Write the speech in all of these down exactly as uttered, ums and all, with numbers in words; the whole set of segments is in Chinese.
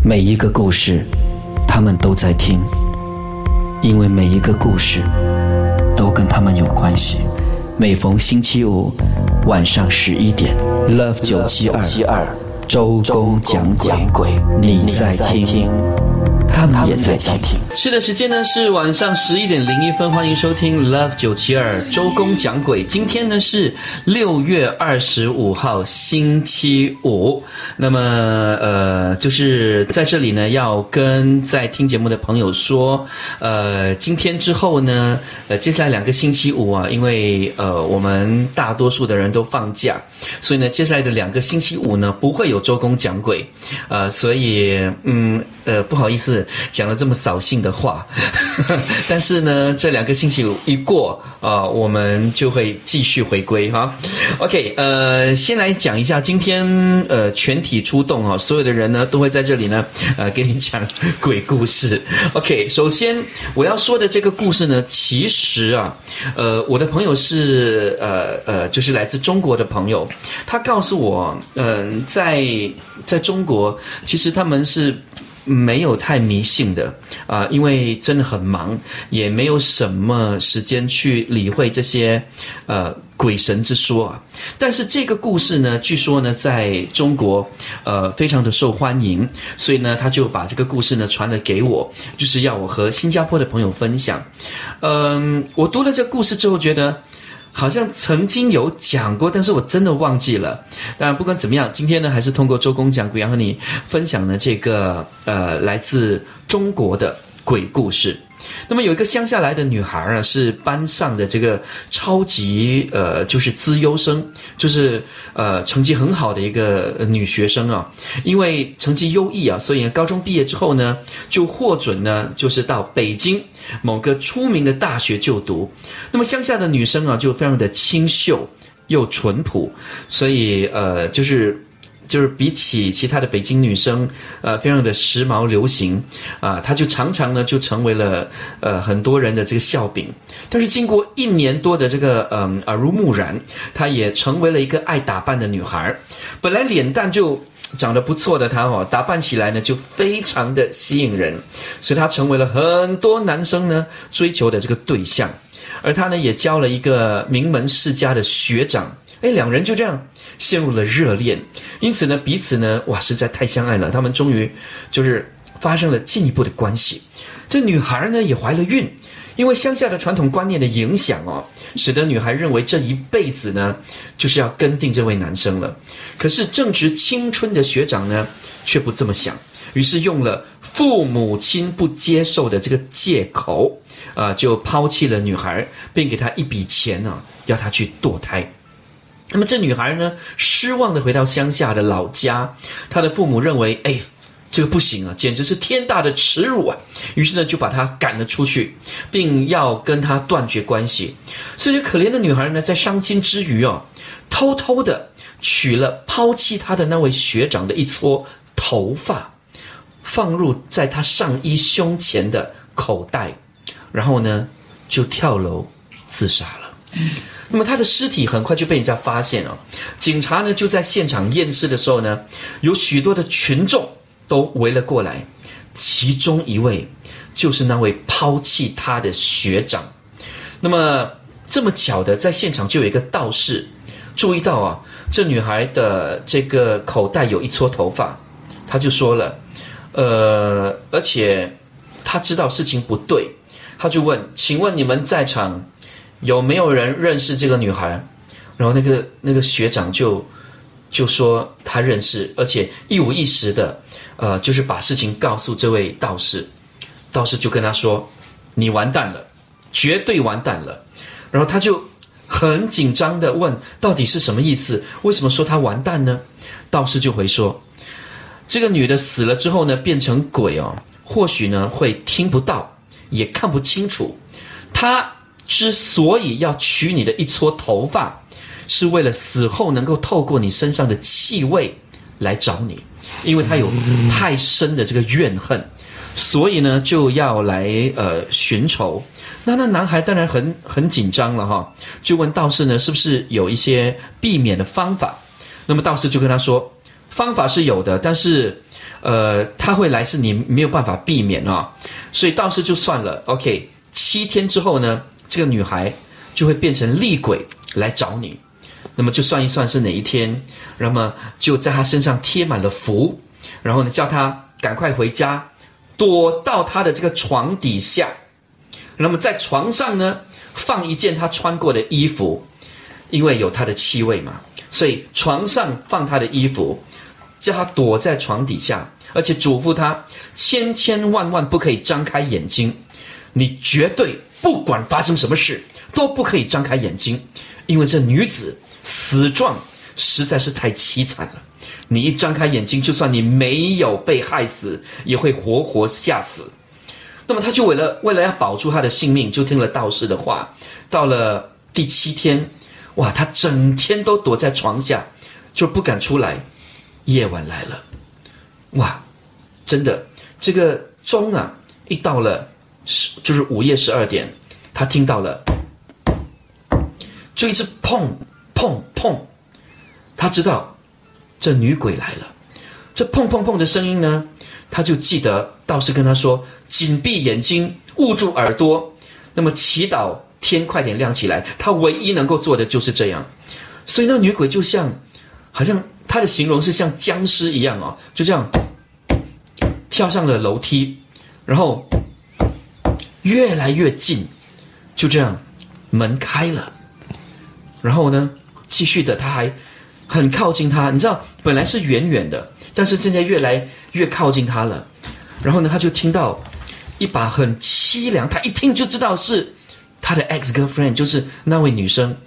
每一个故事，他们都在听，因为每一个故事都跟他们有关系。每逢星期五晚上十一点 ，Love 九七二周公讲鬼，你在听，他们也在听。 是的，时间呢是晚上十一点零一分，欢迎收听 Love 九七二周公讲鬼。今天呢是六月二十五号星期五，那么呃就是在这里呢要跟在听节目的朋友说，呃今天之后呢，呃接下来两个星期五啊，因为呃我们大多数的人都放假，所以呢接下来的两个星期五呢不会有周公讲鬼，呃所以嗯呃不好意思讲了这么扫兴的话但是呢这两个星期五一过啊、呃，我们就会继续回归哈。 OK， 呃先来讲一下今天呃全体出动啊，所有的人呢都会在这里呢呃给你讲鬼故事。 OK， 首先我要说的这个故事呢，其实啊呃我的朋友是呃呃就是来自中国的朋友，他告诉我嗯、呃、在在中国其实他们是没有太迷信的啊、呃，因为真的很忙，也没有什么时间去理会这些呃鬼神之说啊。但是这个故事呢，据说呢在中国呃非常的受欢迎，所以呢他就把这个故事呢传了给我，就是要我和新加坡的朋友分享。嗯、呃，我读了这个故事之后觉得好像曾经有讲过，但是我真的忘记了。当然不管怎么样，今天呢还是通过周公讲鬼要和你分享呢这个呃来自中国的鬼故事。那么有一个乡下来的女孩啊，是班上的这个超级呃就是资优生，就是呃成绩很好的一个女学生啊。因为成绩优异啊，所以高中毕业之后呢就获准呢就是到北京某个出名的大学就读。那么乡下的女生啊就非常的清秀又淳朴，所以呃就是就是比起其他的北京女生呃非常的时髦流行啊，她就常常呢就成为了呃很多人的这个笑柄。但是经过一年多的这个嗯、呃、耳濡目染，她也成为了一个爱打扮的女孩。本来脸蛋就长得不错的她哦，打扮起来呢就非常的吸引人，所以她成为了很多男生呢追求的这个对象。而她呢也交了一个名门世家的学长，哎，两人就这样陷入了热恋，因此呢彼此呢哇实在太相爱了，他们终于就是发生了进一步的关系。这女孩呢也怀了孕，因为乡下的传统观念的影响哦，使得女孩认为这一辈子呢就是要跟定这位男生了。可是正值青春的学长呢却不这么想，于是用了父母亲不接受的这个借口啊、呃，就抛弃了女孩，并给她一笔钱呢、啊，要她去堕胎。那么这女孩呢失望地回到乡下的老家，她的父母认为哎这个不行啊，简直是天大的耻辱啊，于是呢就把她赶了出去，并要跟她断绝关系。所以可怜的女孩呢在伤心之余哦，偷偷的取了抛弃她的那位学长的一撮头发，放入在她上衣胸前的口袋，然后呢就跳楼自杀了。嗯，那么他的尸体很快就被人家发现了，警察呢就在现场验尸的时候呢，有许多的群众都围了过来，其中一位就是那位抛弃他的学长。那么这么巧的，在现场就有一个道士注意到啊，这女孩的这个口袋有一撮头发，他就说了，呃，而且他知道事情不对，他就问，请问你们在场有没有人认识这个女孩？然后那个那个学长就就说他认识，而且一五一十的呃，就是把事情告诉这位道士。道士就跟他说，你完蛋了，绝对完蛋了。然后他就很紧张的问，到底是什么意思？为什么说他完蛋呢？道士就回说，这个女的死了之后呢变成鬼哦，或许呢会听不到也看不清楚，她之所以要取你的一撮头发，是为了死后能够透过你身上的气味来找你，因为他有太深的这个怨恨，所以呢就要来呃寻仇。那那男孩当然很很紧张了哈，就问道士呢是不是有一些避免的方法。那么道士就跟他说， 方法是有的，但是呃，他会来是你没有办法避免啊、哦，所以道士就算了 ，OK， 七天之后呢，这个女孩就会变成厉鬼来找你，那么就算一算是哪一天，那么就在她身上贴满了符，然后呢叫她赶快回家，躲到她的这个床底下，那么在床上呢放一件她穿过的衣服，因为有她的气味嘛，所以床上放她的衣服，叫她躲在床底下，而且嘱咐她千千万万不可以张开眼睛，你绝对不管发生什么事都不可以张开眼睛，因为这女子死状实在是太凄惨了，你一张开眼睛，就算你没有被害死，也会活活吓死。那么他就为了为了要保住他的性命，就听了道士的话。到了第七天，哇，他整天都躲在床下，就不敢出来。夜晚来了，哇，真的，这个钟啊，一到了就是午夜十二点，他听到了，就一直砰砰砰，他知道这女鬼来了。这砰砰砰的声音呢，他就记得道士跟他说，紧闭眼睛，捂住耳朵，那么祈祷天快点亮起来。他唯一能够做的就是这样。所以那女鬼就像，好像他的形容是像僵尸一样哦，就这样跳上了楼梯，然后越来越近，就这样门开了，然后呢继续的他还很靠近他，你知道本来是远远的，但是现在越来越靠近他了。然后呢他就听到一把很凄凉，他一听就知道是他的 ex girlfriend， 就是那位女生，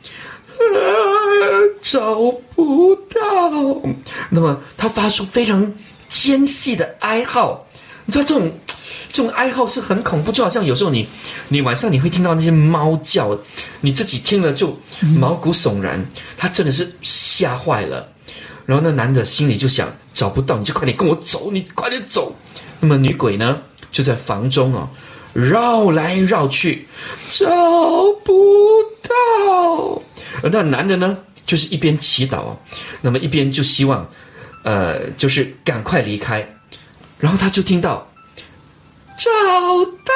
找不到。那么他发出非常尖细的哀嚎，你知道这种这种哀嚎是很恐怖，就好像有时候你你晚上你会听到那些猫叫，你自己听了就毛骨悚然，他真的是吓坏了。然后那男的心里就想，找不到你就快点跟我走，你快点走。那么女鬼呢就在房中哦绕来绕去，找不到。而那男的呢就是一边祈祷哦，那么一边就希望呃就是赶快离开。然后他就听到找到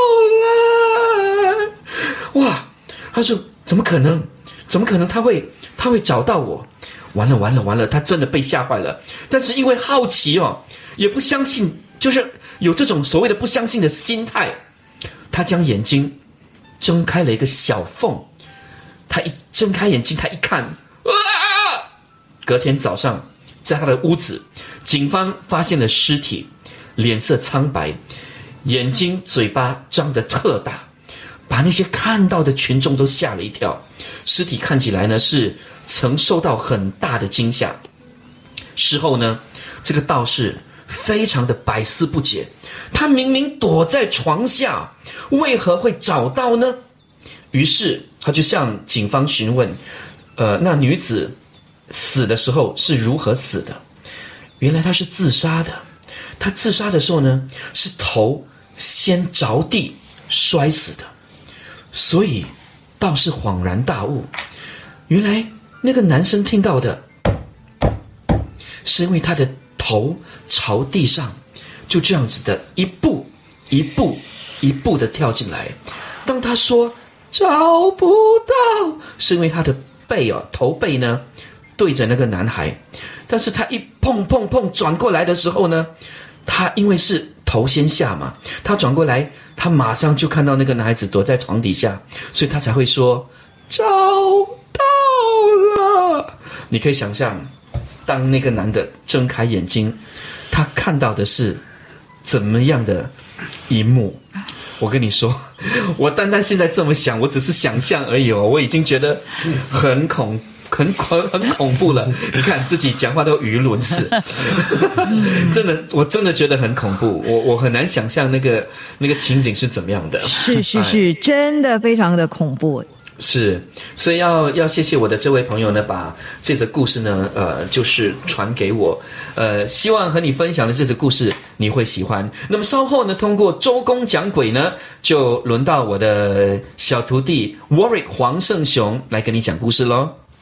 了，哇，他说怎么可能怎么可能他会他会找到我，完了完了完了，他真的被吓坏了。但是因为好奇哦，也不相信，就是有这种所谓的不相信的心态，他将眼睛睁开了一个小缝，他一睁开眼睛，他一看，啊！隔天早上在他的屋子，警方发现了尸体，脸色苍白，眼睛嘴巴张得特大，把那些看到的群众都吓了一跳。尸体看起来呢是曾受到很大的惊吓。事后呢，这个道士非常的百思不解，他明明躲在床下，为何会找到呢？于是他就向警方询问，呃，那女子死的时候是如何死的？原来她是自杀的。她自杀的时候呢，是头先着地摔死的。所以道士恍然大悟，原来那个男生听到的是因为他的头朝地上，就这样子的一步一步一步的跳进来。当他说找不到，是因为他的背哦，头背呢对着那个男孩，但是他一碰碰碰转过来的时候呢，他因为是头先下嘛，他转过来，他马上就看到那个男孩子躲在床底下，所以他才会说找到了。你可以想象，当那个男的睁开眼睛，他看到的是怎么样的一幕？我跟你说，我单单现在这么想，我只是想象而已哦，我已经觉得很恐很恐很恐怖了。你看自己讲话都语无伦次，真的，我真的觉得很恐怖。我我很难想象那个那个情景是怎么样的。 是是是，哎、真的非常的恐怖。 是，所以要要谢谢我的这位朋友呢，把这则故事呢，呃，就是传给我，呃，希望和你分享的这则故事你会喜欢。那么稍后呢，通过周公讲鬼呢，就轮到我的小徒弟 Warwick 黄胜雄来跟你讲故事咯。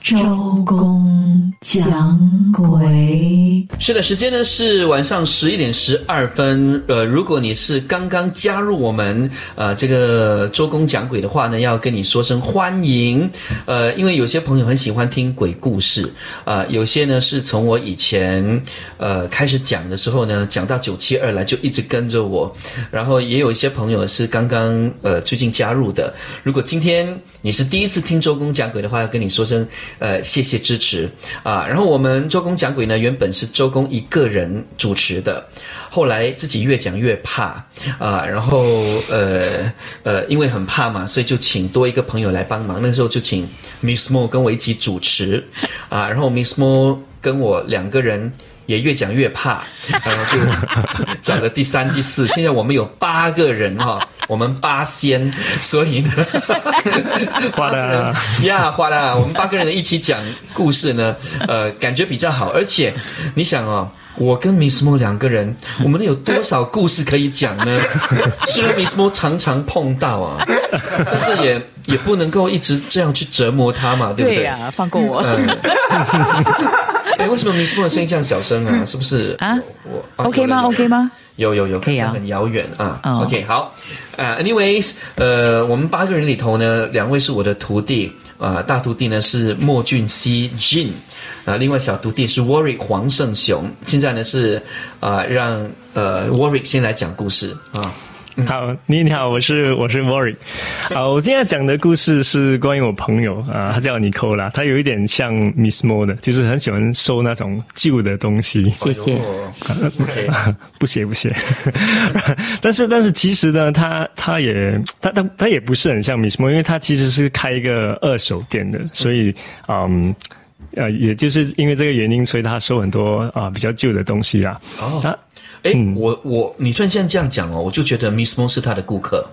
周公讲鬼。 是的，时间呢是晚上十一点十二分。呃，如果你是刚刚加入我们呃这个周公讲鬼的话呢，要跟你说声欢迎。呃，因为有些朋友很喜欢听鬼故事，呃，有些呢是从我以前呃开始讲的时候呢，讲到九七二来就一直跟着我。然后也有一些朋友是刚刚呃最近加入的。如果今天你是第一次听周公讲鬼的话，要跟你说声呃谢谢支持啊。然后我们周公讲鬼呢，原本是周公一个人主持的，后来自己越讲越怕啊，然后呃呃因为很怕嘛，所以就请多一个朋友来帮忙。那时候就请 Miss Mo 跟我一起主持啊，然后 Miss Mo 跟我两个人也越讲越怕，然后就讲了第三、第四，现在我们有八个人哈、哦，我们八仙，所以呢， 哗啦呀，哗啦，我们八个人一起讲故事呢，呃，感觉比较好，而且你想哦。我跟 Miss Mo 两个人，我们能有多少故事可以讲呢？虽然 Miss Mo 常常碰到啊，但是也也不能够一直这样去折磨他嘛，对不对？ 对呀、啊，放过我。 嗯哎，为什么 Miss Mo 的声音这样小声啊？是不是啊？ 我、 啊、OK 吗 ？OK 吗？ 有有有， 可以啊， 很遥远啊。 哦、 OK， 好，呃 ，anyways， 呃，我们八个人里头呢，两位是我的徒弟，啊、呃，大徒弟呢是莫俊熙 Jin， 啊，另外小徒弟是 Warwick 黄胜雄。现在呢是啊、呃，让呃 Warwick 先来讲故事啊。 好，你你好，我是我是 Warwick， 啊，我今天要讲的故事是关于我朋友啊，他叫 Nicole， 他有一点像 Miss Mo 的，就是很喜欢收那种旧的东西。 谢谢。 哎、 不谢不谢。但是但是其实呢，他他也他他他也不是很像 Miss Mo， 因为他其实是开一个二手店的，所以嗯。呃，也就是因为这个原因，所以他收很多啊、呃、比较旧的东西啦。 哦， 他哎、嗯，我我你突然现在这样讲哦，我就觉得 Miss Mo 是他的顾客。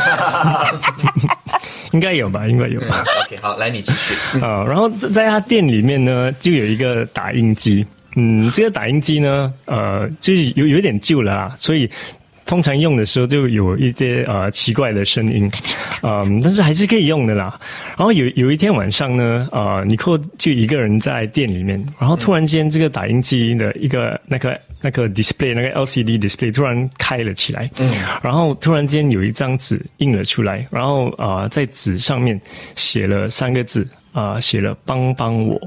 应该有吧，应该有吧。 嗯、OK， 好，来你继续。 啊、呃，然后在他店里面呢，就有一个打印机。嗯，这个打印机呢，呃，就是有有点旧了啊，所以。通常用的时候就有一些呃奇怪的声音，嗯，但是还是可以用的啦。然后有有一天晚上呢，呃，尼克就一个人在店里面，然后突然间这个打印机的一个那个那个 display 那个 L C D display 突然开了起来，嗯，然后突然间有一张纸印了出来，然后呃在纸上面写了三个字，啊、呃，写了帮帮我。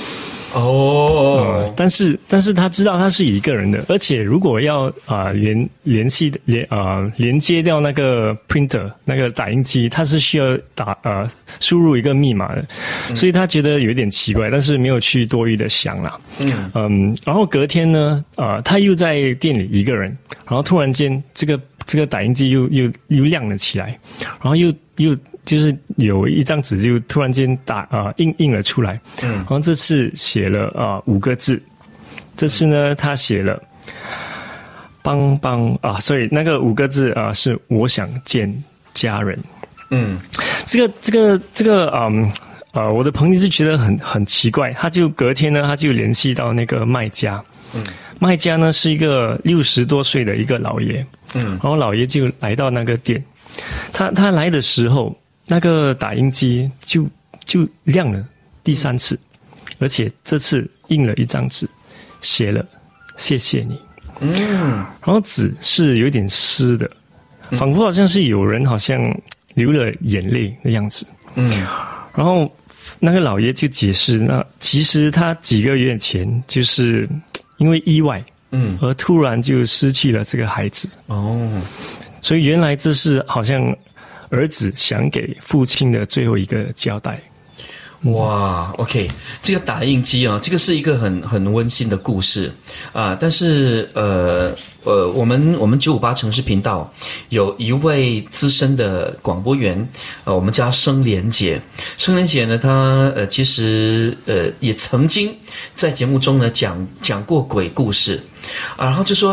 哦、 嗯，但是但是他知道他是一个人的，而且如果要啊、呃、联联系连啊、呃、连接掉那个 printer 那个打印机，他是需要打呃输入一个密码的，嗯、所以他觉得有点奇怪，但是没有去多余的想啦。嗯嗯，然后隔天呢，啊、呃、他又在店里一个人，然后突然间这个这个打印机又又又亮了起来，然后又又。就是有一张纸就突然间打啊、呃、印印了出来，嗯，然后这次写了啊、呃、五个字，这次呢他写了帮帮啊，所以那个五个字啊、呃、是我想见家人，嗯，这个这个这个嗯呃我的朋友就觉得很很奇怪，他就隔天呢他就联系到那个卖家，嗯，卖家呢是一个六十多岁的一个老爷，嗯，然后老爷就来到那个店，他他来的时候。那个打印机就就亮了第三次，而且这次印了一张纸，写了谢谢你。嗯，然后纸是有点湿的，仿佛好像是有人好像流了眼泪的样子。嗯，然后那个老爷就解释，那其实他几个月前就是因为意外，嗯，而突然就失去了这个孩子。哦，所以原来这是好像。儿子想给父亲的最后一个交代。 哇 ，OK， 这个打印机啊，这个是一个很很温馨的故事啊。但是呃呃，我们我们九五八城市频道有一位资深的广播员，呃，我们叫生莲姐。生莲姐呢，她呃其实呃也曾经在节目中呢讲讲过鬼故事啊，然后就说。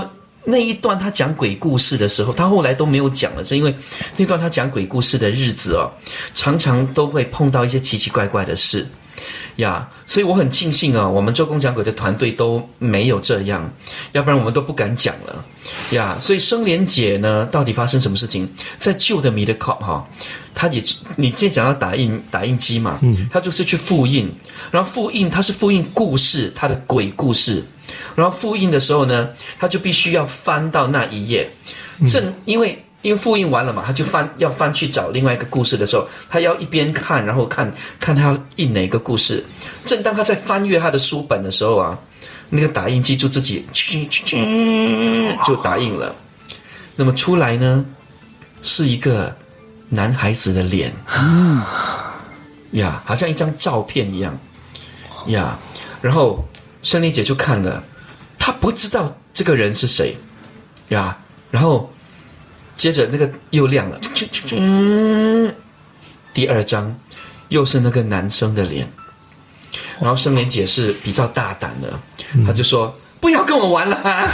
那一段他讲鬼故事的时候，他后来都没有讲了，是因为那段他讲鬼故事的日子哦，常常都会碰到一些奇奇怪怪的事呀，所以我很庆幸啊，我们周公讲鬼的团队都没有这样，要不然我们都不敢讲了呀。所以生莲姐呢，到底发生什么事情？在旧的 Mediacorp 哈，他也你之前讲到打印打印机嘛，嗯，他就是去复印，然后复印它是复印故事，它的鬼故事，然后复印的时候呢，他就必须要翻到那一页，正因为。因为复印完了嘛，他就翻要翻去找另外一个故事的时候，他要一边看，然后看看他要印哪个故事。正当他在翻阅他的书本的时候啊，那个打印机就自己就打印了。那么出来呢，是一个男孩子的脸，嗯，呀，好像一张照片一样，呀。然后生莲姐就看了，她不知道这个人是谁，呀，然后。接着那个又亮了，嗯，第二张又是那个男生的脸，然后生莲姐是比较大胆的，她就说不要跟我玩了、啊。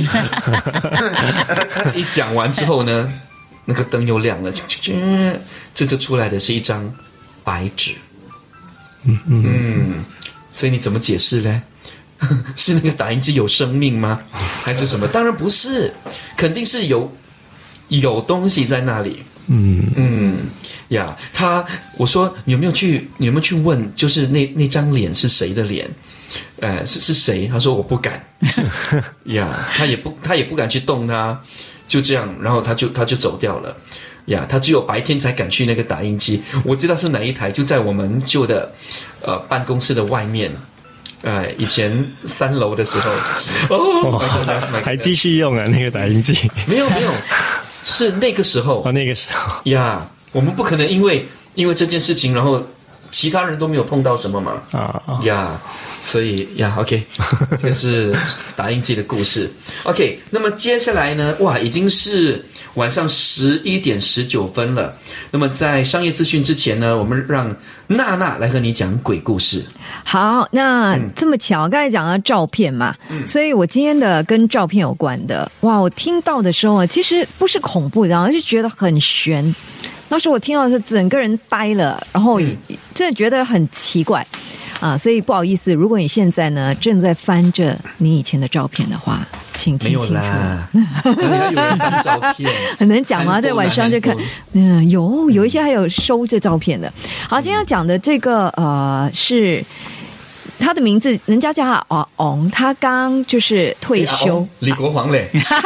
一讲完之后呢，那个灯又亮了，这次出来的是一张白纸，嗯嗯，所以你怎么解释呢？是那个打印机有生命吗？还是什么？当然不是，肯定是有。有东西在那里，嗯嗯呀，他我说你有没有去你有没有去问，就是那那张脸是谁的脸？呃，是是谁？他说我不敢，呀，他也不他也不敢去动它，就这样，然后他就他就走掉了，呀，他只有白天才敢去那个打印机，我知道是哪一台，就在我们旧的呃办公室的外面。呃，以前三楼的时候，哦， 还继续用啊那个打印机？ 没有没有。是那个时候哦，那个时候呀，我们不可能因为因为这件事情，然后其他人都没有碰到什么嘛啊呀，所以呀 ，OK， 这个是打印机的故事。OK， 那么接下来呢，哇，已经是晚上十一点十九分了。那么在商业资讯之前呢，我们让娜娜来和你讲鬼故事。 好，那这么巧，刚才讲到照片嘛、嗯，所以我今天的跟照片有关的，哇，我听到的时候其实不是恐怖的，而是觉得很悬。那时候我听到的是整个人呆了，然后真的觉得很奇怪啊，所以不好意思，如果你现在呢正在翻着你以前的照片的话，请听清楚。没有啦，哪里还有人翻照片？很能讲吗？在晚上就看，嗯，有有一些还有收这照片的。好，今天要讲的这个呃是。他的名字，人家叫他啊翁，他刚就是退休。 欸、李国煌嘞， 真的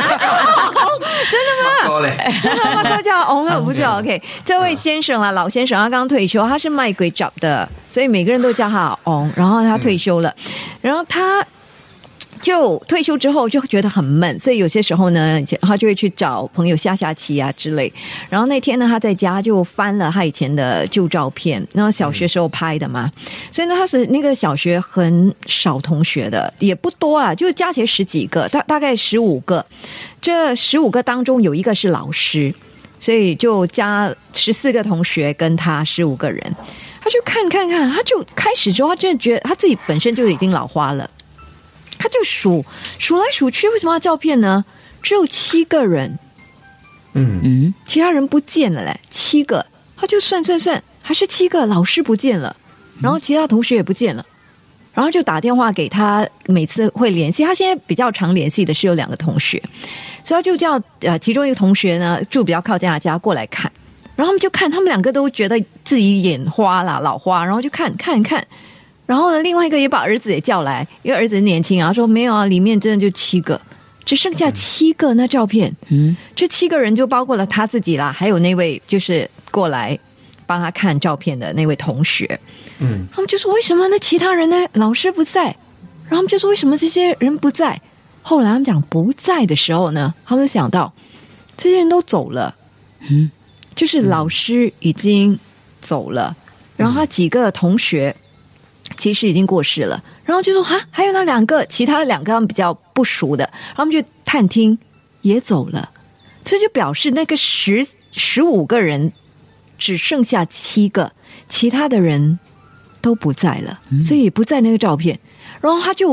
吗？真的吗？他叫翁，我不知道。OK， 这位先生啊，老先生，他刚退休，他是卖鬼爪的，所以每个人都叫他翁。然后他退休了，嗯、然后他。就退休之后就觉得很闷，所以有些时候呢，他就会去找朋友下下棋啊之类。然后那天呢，他在家就翻了他以前的旧照片，然后小学时候拍的嘛。嗯、所以呢，他是那个小学很少同学的，也不多啊，就加起来十几个，大大概十五个。这十五个当中有一个是老师，所以就加十四个同学跟他十五个人。他就看看看，他就开始之后，他真的觉得他自己本身就已经老花了。他就数数来数去，为什么要照片呢？只有七个人，嗯嗯，其他人不见了嘞，七个，他就算算算，还是七个，老师不见了，然后其他同学也不见了，然后就打电话给他，每次会联系，他现在比较常联系的是有两个同学，所以他就叫呃其中一个同学呢住比较靠近他家过来看，然后他们就看，他们两个都觉得自己眼花啦，老花，然后就看看看。然后呢，另外一个也把儿子也叫来，因为儿子年轻啊，说没有啊，里面真的就七个，只剩下七个那照片。嗯，这七个人就包括了他自己啦，还有那位就是过来帮他看照片的那位同学。嗯，他们就说为什么呢？其他人呢？老师不在，然后他们就说为什么这些人不在？后来他们讲不在的时候呢，他们想到这些人都走了，嗯，就是老师已经走了，然后他几个同学。其实已经过世了，然后就说哈，还有那两个，其他两个他们比较不熟的，他们就探听也走了，所以就表示那个十十五个人只剩下七个，其他的人都不在了，所以不在那个照片。然后他就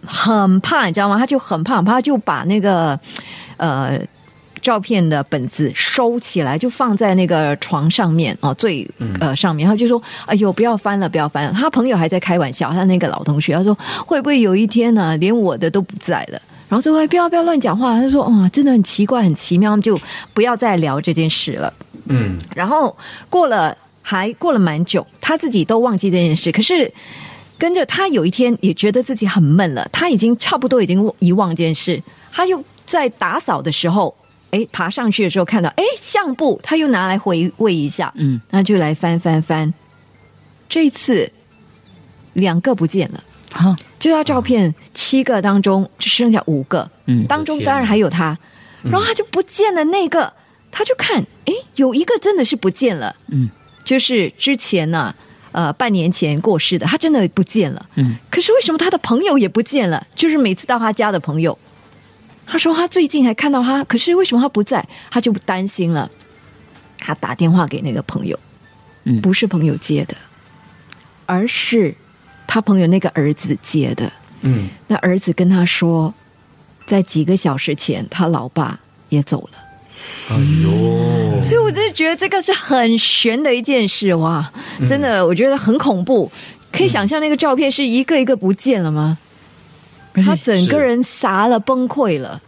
很怕，你知道吗？他就很怕，很怕，就把那个呃照片的本子收起来，就放在那个床上面哦，最呃上面。他就说：“哎呦，不要翻了，不要翻了。”他朋友还在开玩笑，他那个老同学他说：“会不会有一天呢、啊，连我的都不在了？”然后就说：“不要不要乱讲话。”他就说：“哇、哦，真的很奇怪，很奇妙。”就不要再聊这件事了。 嗯， 然后过了还过了蛮久，他自己都忘记这件事，可是。跟着他有一天也觉得自己很闷了，他已经差不多已经遗忘这件事，他又在打扫的时候，哎，爬上去的时候看到，哎，相簿，他又拿来回味一下，嗯，那就来翻翻翻，这次两个不见了，啊，就他照片七个当中只剩下五个，嗯，当中当然还有他，然后他就不见了那个，他就看，哎，有一个真的是不见了，嗯，就是之前呢、啊。呃，半年前过世的，他真的不见了。嗯，可是为什么他的朋友也不见了？就是每次到他家的朋友，他说他最近还看到他，可是为什么他不在？他就担心了。他打电话给那个朋友，嗯，不是朋友接的，而是他朋友那个儿子接的。嗯，那儿子跟他说，在几个小时前，他老爸也走了。 哎呦！ 所以我真的觉得这个是很悬的一件事，哇！真的，我觉得很恐怖。可以想象那个照片是一个一个不见了吗？他整个人傻了，崩溃了。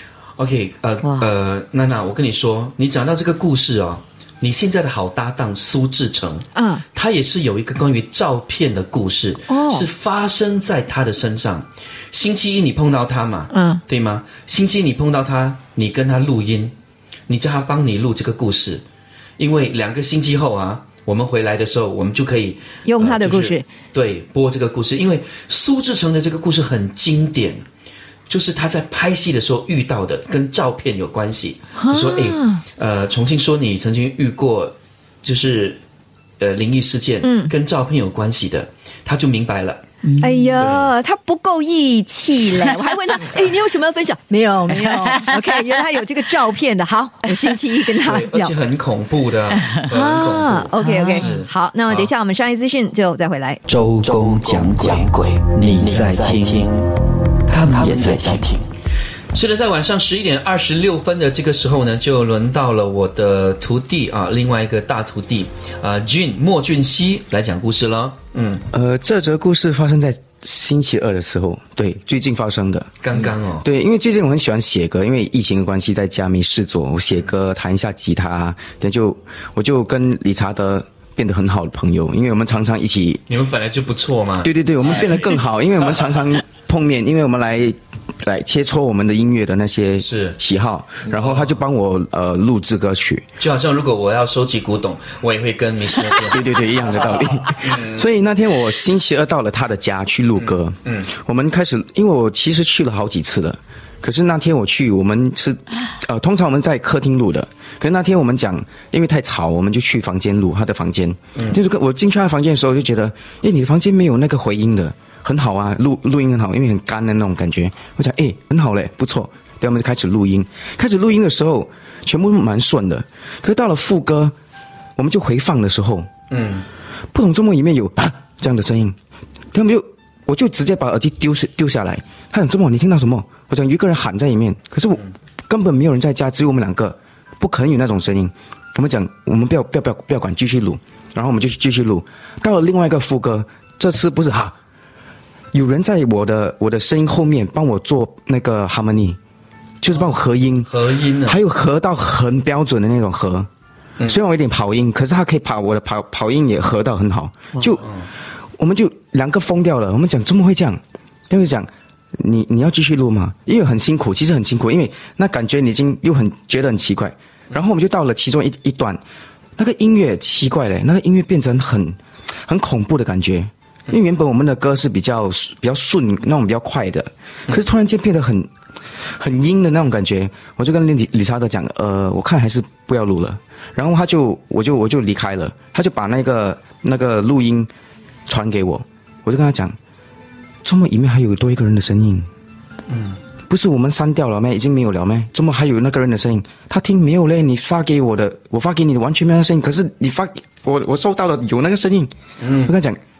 OK， 呃呃，娜娜，我跟你说，你讲到这个故事哦，你现在的好搭档苏志成，嗯，他也是有一个关于照片的故事，哦，是发生在他的身上。星期一你碰到他嘛，嗯，对吗？星期一你碰到他，你跟他录音。你叫他帮你录这个故事，因为两个星期后啊，我们回来的时候，我们就可以用他的故事、呃就是、对播这个故事。因为苏志成的这个故事很经典，就是他在拍戏的时候遇到的，跟照片有关系。你说，哎，呃，重庆说你曾经遇过，就是呃灵异事件，嗯，跟照片有关系的，他就明白了。 哎呀，他不够义气嘞！我还问他，哎，你有什么要分享？没有，没有。OK， 原来他有这个照片的。好，我星期一跟他聊，而且很恐怖的，很恐怖。啊 OK OK， 好，那么等一下我们商业资讯就再回来。 周公讲鬼，你在听，他们也在听。 是的，在晚上十一点二十六分的这个时候呢，就轮到了我的徒弟啊，另外一个大徒弟啊，俊莫俊熙来讲故事了。嗯， 呃，这则故事发生在星期二的时候，对，最近发生的。 刚刚哦， 对，因为最近我很喜欢写歌，因为疫情的关系，在家没事做，我写歌，弹一下吉他，也就我就跟理查德变得很好的朋友，因为我们常常一起。 你们本来就不错嘛。 对对对，我们变得更好，因为我们常常碰面，因为我们来。来切磋我们的音乐的那些喜好，然后他就帮我呃录制歌曲， 就好像如果我要收集古董，我也会跟米斯对对对一样的道理。嗯、所以那天我星期二到了他的家去录歌，嗯，嗯我们开始，因为我其实去了好几次了，可是那天我去，我们是呃通常我们在客厅录的，可是那天我们讲因为太吵，我们就去房间录他的房间，嗯、就是我进去他的房间的时候，就觉得，哎，你的房间没有那个回音的。很好啊，录录音很好，因为很干的那种感觉。我想，哎，很好嘞，不错。对，我们就开始录音。开始录音的时候，全部蛮顺的。可是到了副歌，我们就回放的时候，嗯，不懂周末里面有啊这样的声音，他们就我就直接把耳机丢丢下来。他讲周末你听到什么？我讲有一个人喊在里面，可是我根本没有人在家，只有我们两个，不可能有那种声音。我们讲，我们不要不要不要不要管，继续录。然后我们就继续录。到了另外一个副歌，这次不是哈。有人在我的我的声音后面帮我做那个 harmony， 就是帮我合音， 合音啊， 还有合到很标准的那种合。嗯、虽然我有点跑音，可是他可以跑我的跑跑音也合到很好。就、哦、我们就两个疯掉了。我们讲怎么会这样？他就讲你你要继续录吗？因为很辛苦，其实很辛苦，因为那感觉你已经又很觉得很奇怪。然后我们就到了其中一一段，那个音乐奇怪嘞，那个音乐变成很很恐怖的感觉。因为原本我们的歌是比较比较顺那种比较快的，可是突然间变得很很阴的那种感觉，我就跟理理查德讲，呃，我看还是不要录了。然后他就我就我就离开了，他就把那个那个录音传给我，我就跟他讲，周末里面还有多一个人的声音，嗯，不是我们删掉了咩？已经没有了咩？周末还有那个人的声音，他听没有嘞？你发给我的，我发给你的完全没有声音，可是你发我我收到了有那个声音，嗯，我跟他讲。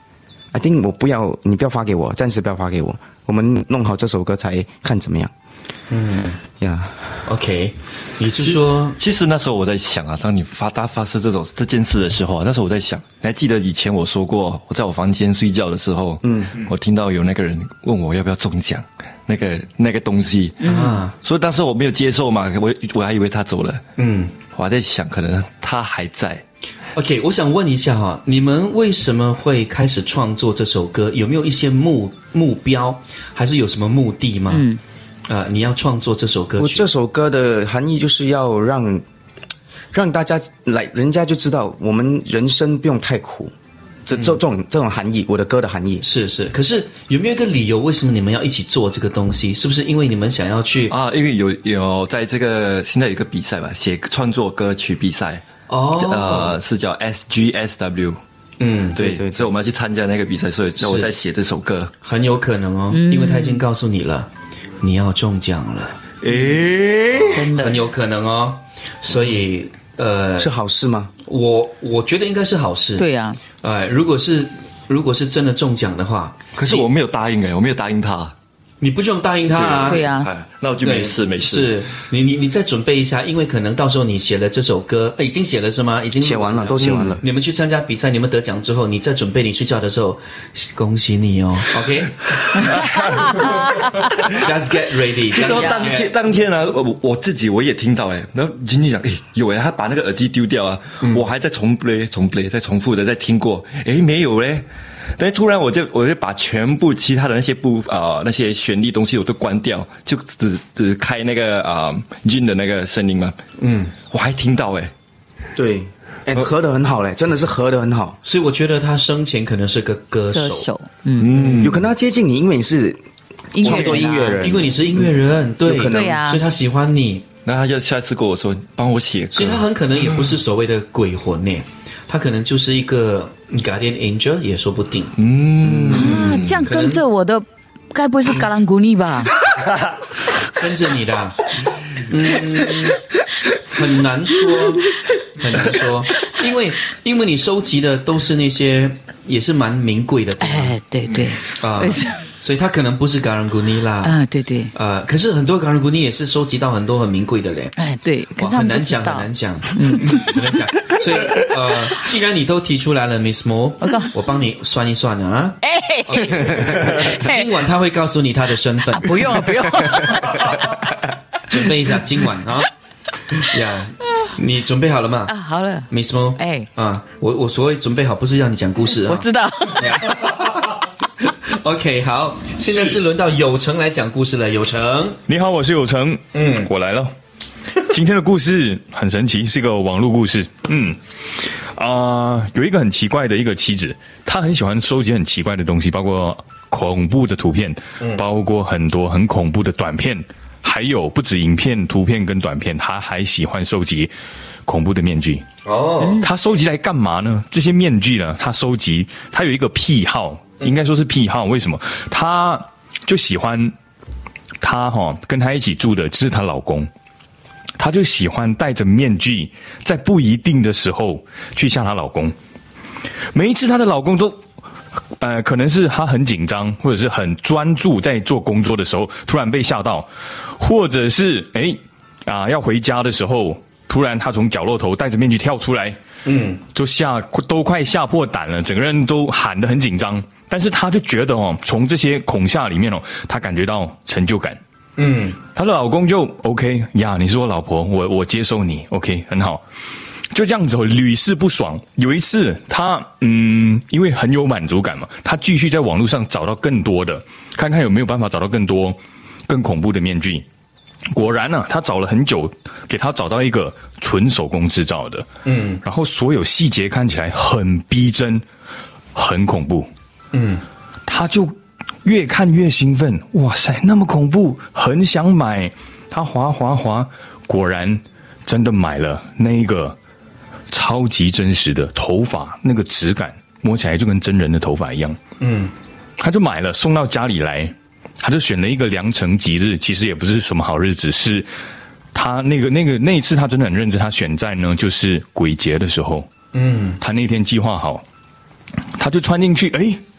I think 我不要，你不要发给我，暂时不要发给我，我们弄好这首歌才看怎么样。嗯，呀、 yeah. ，OK， 也就是说， 其实那时候我在想啊，当你发大发生这种这件事的时候啊，那时候我在想，你还记得以前我说过，我在我房间睡觉的时候，嗯，我听到有那个人问我要不要中奖，那个那个东西啊，所以当时我没有接受嘛，我我还以为他走了，嗯，我还在想，可能他还在。 OK， 我想问一下哈，你们为什么会开始创作这首歌？有没有一些目目标，还是有什么目的吗？嗯，呃，你要创作这首歌曲？ 我这首歌的含义就是要让让大家来，人家就知道我们人生不用太苦。这这这种这种含义，我的歌的含义是是。可是有没有一个理由，为什么你们要一起做这个东西？是不是因为你们想要去啊？因为有有在这个现在有一个比赛吧，写创作歌曲比赛。哦，呃，是叫 S G S W， 嗯，对 对, 对，所以我们要去参加那个比赛，所以我在写这首歌， 很有可能哦，嗯、因为他已经告诉你了，你要中奖了，诶，真的很有可能哦，所以呃， 是好事吗？ 我我觉得应该是好事， 对呀、 啊，呃，如果是如果是真的中奖的话， 可是我没有答应哎，我没有答应他。 你不用答应他啊， 对呀、啊， 那我就没事没事。 是你你你再准备一下，因为可能到时候你写了这首歌，已经写了是吗？已经写完了，都写完了、嗯。 你们去参加比赛，你们得奖之后，你再准备你睡觉的时候，恭喜你哦 ，OK。Just get ready。 其实当天当天呢，我我自己我也听到哎，然后经纪讲哎有哎，他把那个耳机丢掉啊，嗯、我还在重 play 重 play 再重复的再听过，哎没有嘞。但突然我就我就把全部其他的那些部啊、呃、那些旋律东西我都关掉，就只只开那个啊 Jin 的那个声音嘛。嗯，我还听到哎， 对，哎合得很好嘞，真的是合得很好。 所以我觉得他生前可能是个歌手， 歌手，嗯， 嗯有可能他接近你，因为你是创作音乐人， 因为你是音乐人，嗯、对， 对呀、啊， 所以他喜欢你。 那他就下次跟我说帮我写歌， 所以他很可能也不是所谓的鬼魂呢。他可能就是一个 guardian angel 也说不定。 嗯啊，这样跟着我的，该不会是嘎兰古尼吧？ 跟着你的，嗯，很难说，很难说，因为因为你收集的都是那些也是蛮名贵的， 哎，对对啊。呃所以他可能不是嘎兰古尼啦， 啊，对对， 呃，可是很多嘎兰古尼也是收集到很多很名贵的嘞， 哎，对，可是很難講，很難講，嗯，很難講。所以呃，既然你都提出來了 ，Miss Mo， 我幫你算一算啊，哎， okay 今晚他會告訴你他的身份， 啊、不用了，不用了， 準備一下今晚啊，呀、yeah ，你準備好了嗎？ 啊，好了 ，Miss Mo， 哎，啊，我我所謂準備好，不是讓你講故事啊， 我知道。 OK， 好，现在是轮到有成来讲故事了。有成， 你好，我是有成，嗯，我来了。今天的故事很神奇，是一个网络故事。嗯，啊、呃，有一个很奇怪的一个妻子，她很喜欢收集很奇怪的东西，包括恐怖的图片，嗯、包括很多很恐怖的短片，还有不止影片、图片跟短片，她还喜欢收集恐怖的面具。哦，她收集来干嘛呢？这些面具呢，她收集，她有一个癖好。应该说是癖好，为什么？她就喜欢她哈、哦，跟她一起住的是她老公，她就喜欢戴着面具，在不一定的时候去吓她老公。每一次她的老公都，呃，可能是她很紧张，或者是很专注在做工作的时候，突然被吓到，或者是哎啊要回家的时候，突然她从角落头戴着面具跳出来，嗯，就吓都快吓破胆了，整个人都喊得很紧张。但是他就觉得哦，从这些恐吓里面哦，他感觉到成就感。嗯，她的老公就 OK 呀，你是我老婆，我我接受你 OK 很好，就这样子哦，屡试不爽。有一次他嗯，因为很有满足感嘛，他继续在网络上找到更多的，看看有没有办法找到更多更恐怖的面具。果然呢、啊，他找了很久，给他找到一个纯手工制造的，嗯，然后所有细节看起来很逼真，很恐怖。嗯，他就越看越兴奋，哇塞，那么恐怖，很想买。他滑滑滑，果然真的买了那一个超级真实的头发，那个质感摸起来就跟真人的头发一样。嗯，他就买了，送到家里来，他就选了一个良辰吉日，其实也不是什么好日子，是他那个那个那一次他真的很认真，他选在呢就是鬼节的时候。嗯，他那天计划好，他就穿进去，哎。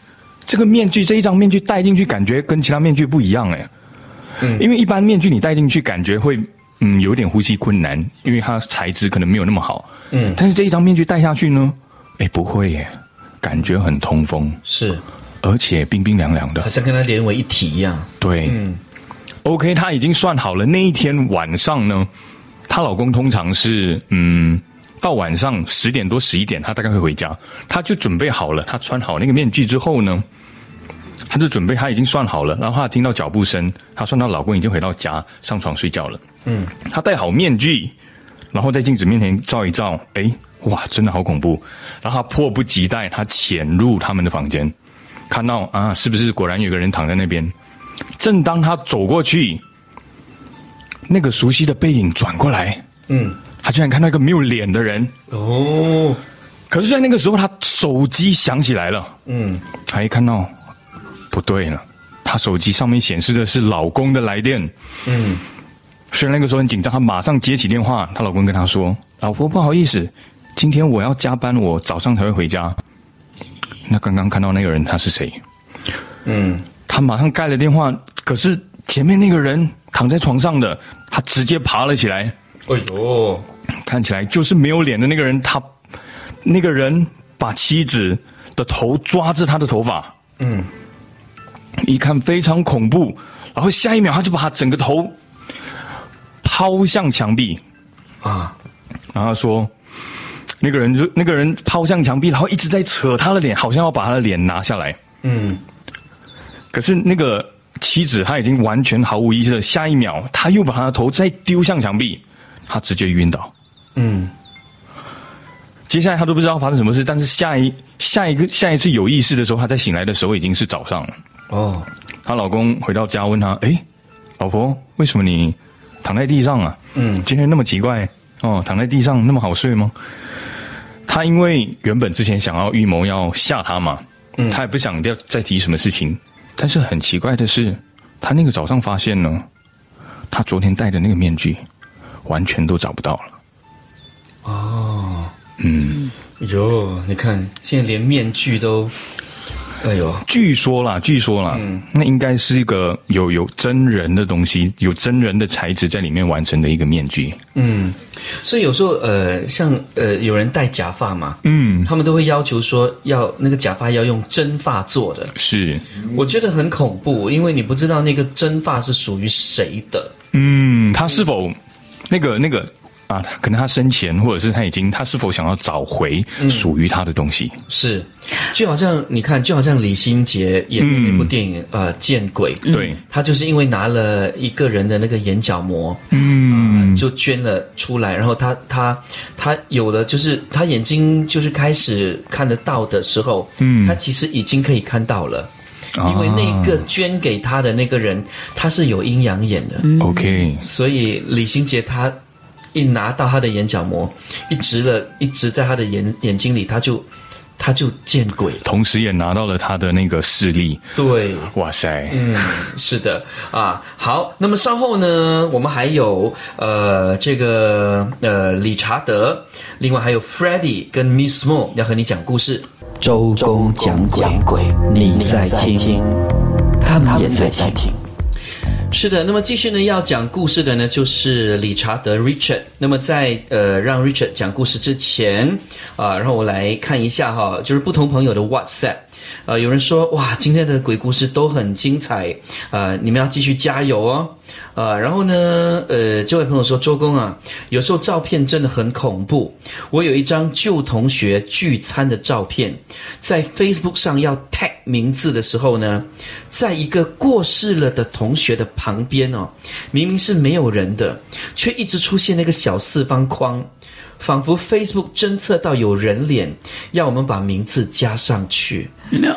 这个面具这一张面具戴进去，感觉跟其他面具不一样哎。嗯，因为一般面具你戴进去，感觉会嗯有点呼吸困难，因为它材质可能没有那么好。嗯，但是这一张面具戴下去呢，哎不会耶，感觉很通风， 是， 而且冰冰凉凉的， 好像跟它连为一体一样。 对，嗯 ，OK， 她已经算好了那一天晚上呢，她老公通常是嗯。到晚上十点多十一点，她大概会回家，她就准备好了。她穿好那个面具之后呢，她就准备，她已经算好了。然后她听到脚步声，她算到老公已经回到家，上床睡觉了。嗯，她戴好面具，然后在镜子面前照一照，哎，哇，真的好恐怖。然后她迫不及待，她潜入他们的房间，看到啊，是不是果然有个人躺在那边？正当她走过去，那个熟悉的背影转过来，嗯。他居然看到一个没有脸的人哦！可是，在那个时候，他手机响起来了。嗯，他一看到不对了，他手机上面显示的是老公的来电。嗯，虽然那个时候很紧张，他马上接起电话，她老公跟她说：“老婆，不好意思，今天我要加班，我早上才会回家。”那刚刚看到那个人他是谁？嗯，他马上盖了电话，可是前面那个人躺在床上的，他直接爬了起来。哎呦！看起来就是没有脸的那个人，他那个人把妻子的头抓着他的头发，嗯，一看非常恐怖，然后下一秒他就把他整个头抛向墙壁，啊，然后他说那个人就那个人抛向墙壁，然后一直在扯他的脸，好像要把他的脸拿下来，嗯，可是那个妻子她已经完全毫无意识了，下一秒他又把他的头再丢向墙壁，他直接晕倒。嗯，接下来他都不知道发生什么事，但是下一下一个下一次有意识的时候，他在醒来的时候已经是早上了。哦，她老公回到家问她：“哎，老婆，为什么你躺在地上啊？嗯，今天那么奇怪哦，躺在地上那么好睡吗？”她因为原本之前想要预谋要吓她嘛，嗯，她也不想要再提什么事情，但是很奇怪的是，她那个早上发现呢，她昨天戴的那个面具完全都找不到了。 哦，嗯，哟，你看，现在连面具都，哎呦， 据说啦，据说啦，嗯，那应该是一个有有真人的东西，有真人的材质在里面完成的一个面具。 嗯，所以有时候呃，像呃，有人戴假发嘛，嗯，他们都会要求说要那个假发要用真发做的。 是， 我觉得很恐怖，因为你不知道那个真发是属于谁的。 嗯，他是否那个那个。啊，可能他生前，或者是他已经，他是否想要找回属于他的东西？ 嗯、是，就好像你看，就好像李心洁演的那部电影，嗯、呃，《见鬼》， 对， 他就是因为拿了一个人的那个眼角膜，嗯、呃，就捐了出来，然后他他他有了，就是他眼睛就是开始看得到的时候，嗯，他其实已经可以看到了。因为那个捐给他的那个人，他是有阴阳眼的， 嗯、OK， 所以李心洁他。一拿到他的眼角膜，一直了，一直在他的眼眼睛里，他就他就见鬼， 同时也拿到了他的那个视力。 对， 哇塞， 嗯，是的啊。好，那么稍后呢，我们还有呃这个呃理查德，另外还有 Freddie 跟 Miss Mo 要和你讲故事。 周公讲鬼，你在听，他们也在听。 是的，那么继续呢，要讲故事的呢就是理查德 Richard。那么在呃让 Richard 讲故事之前啊、呃，然后我来看一下哈，就是不同朋友的 WhatsApp。呃，有人说哇，今天的鬼故事都很精彩，呃，你们要继续加油哦。呃，然后呢，呃，这位朋友说，周公啊，有时候照片真的很恐怖。我有一张旧同学聚餐的照片，在 Facebook 上要 tag 名字的时候呢，在一个过世了的同学的旁边哦，明明是没有人的，却一直出现那个小四方框。仿佛 Facebook 侦测到有人脸，要我们把名字加上去。No.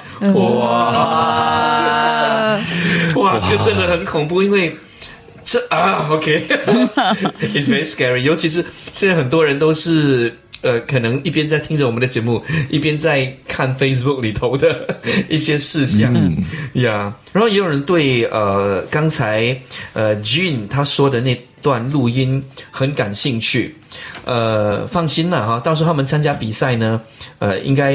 哇哇，这个真的很恐怖，因为这啊 ，OK，It's very scary。尤其是现在很多人都是呃，可能一边在听着我们的节目，一边在看 Facebook 里头的一些事项呀。嗯 yeah. 然后也有人对呃刚才呃 Jean 他说的那段录音很感兴趣。呃，放心啦哈，到时候他们参加比赛呢，呃，应该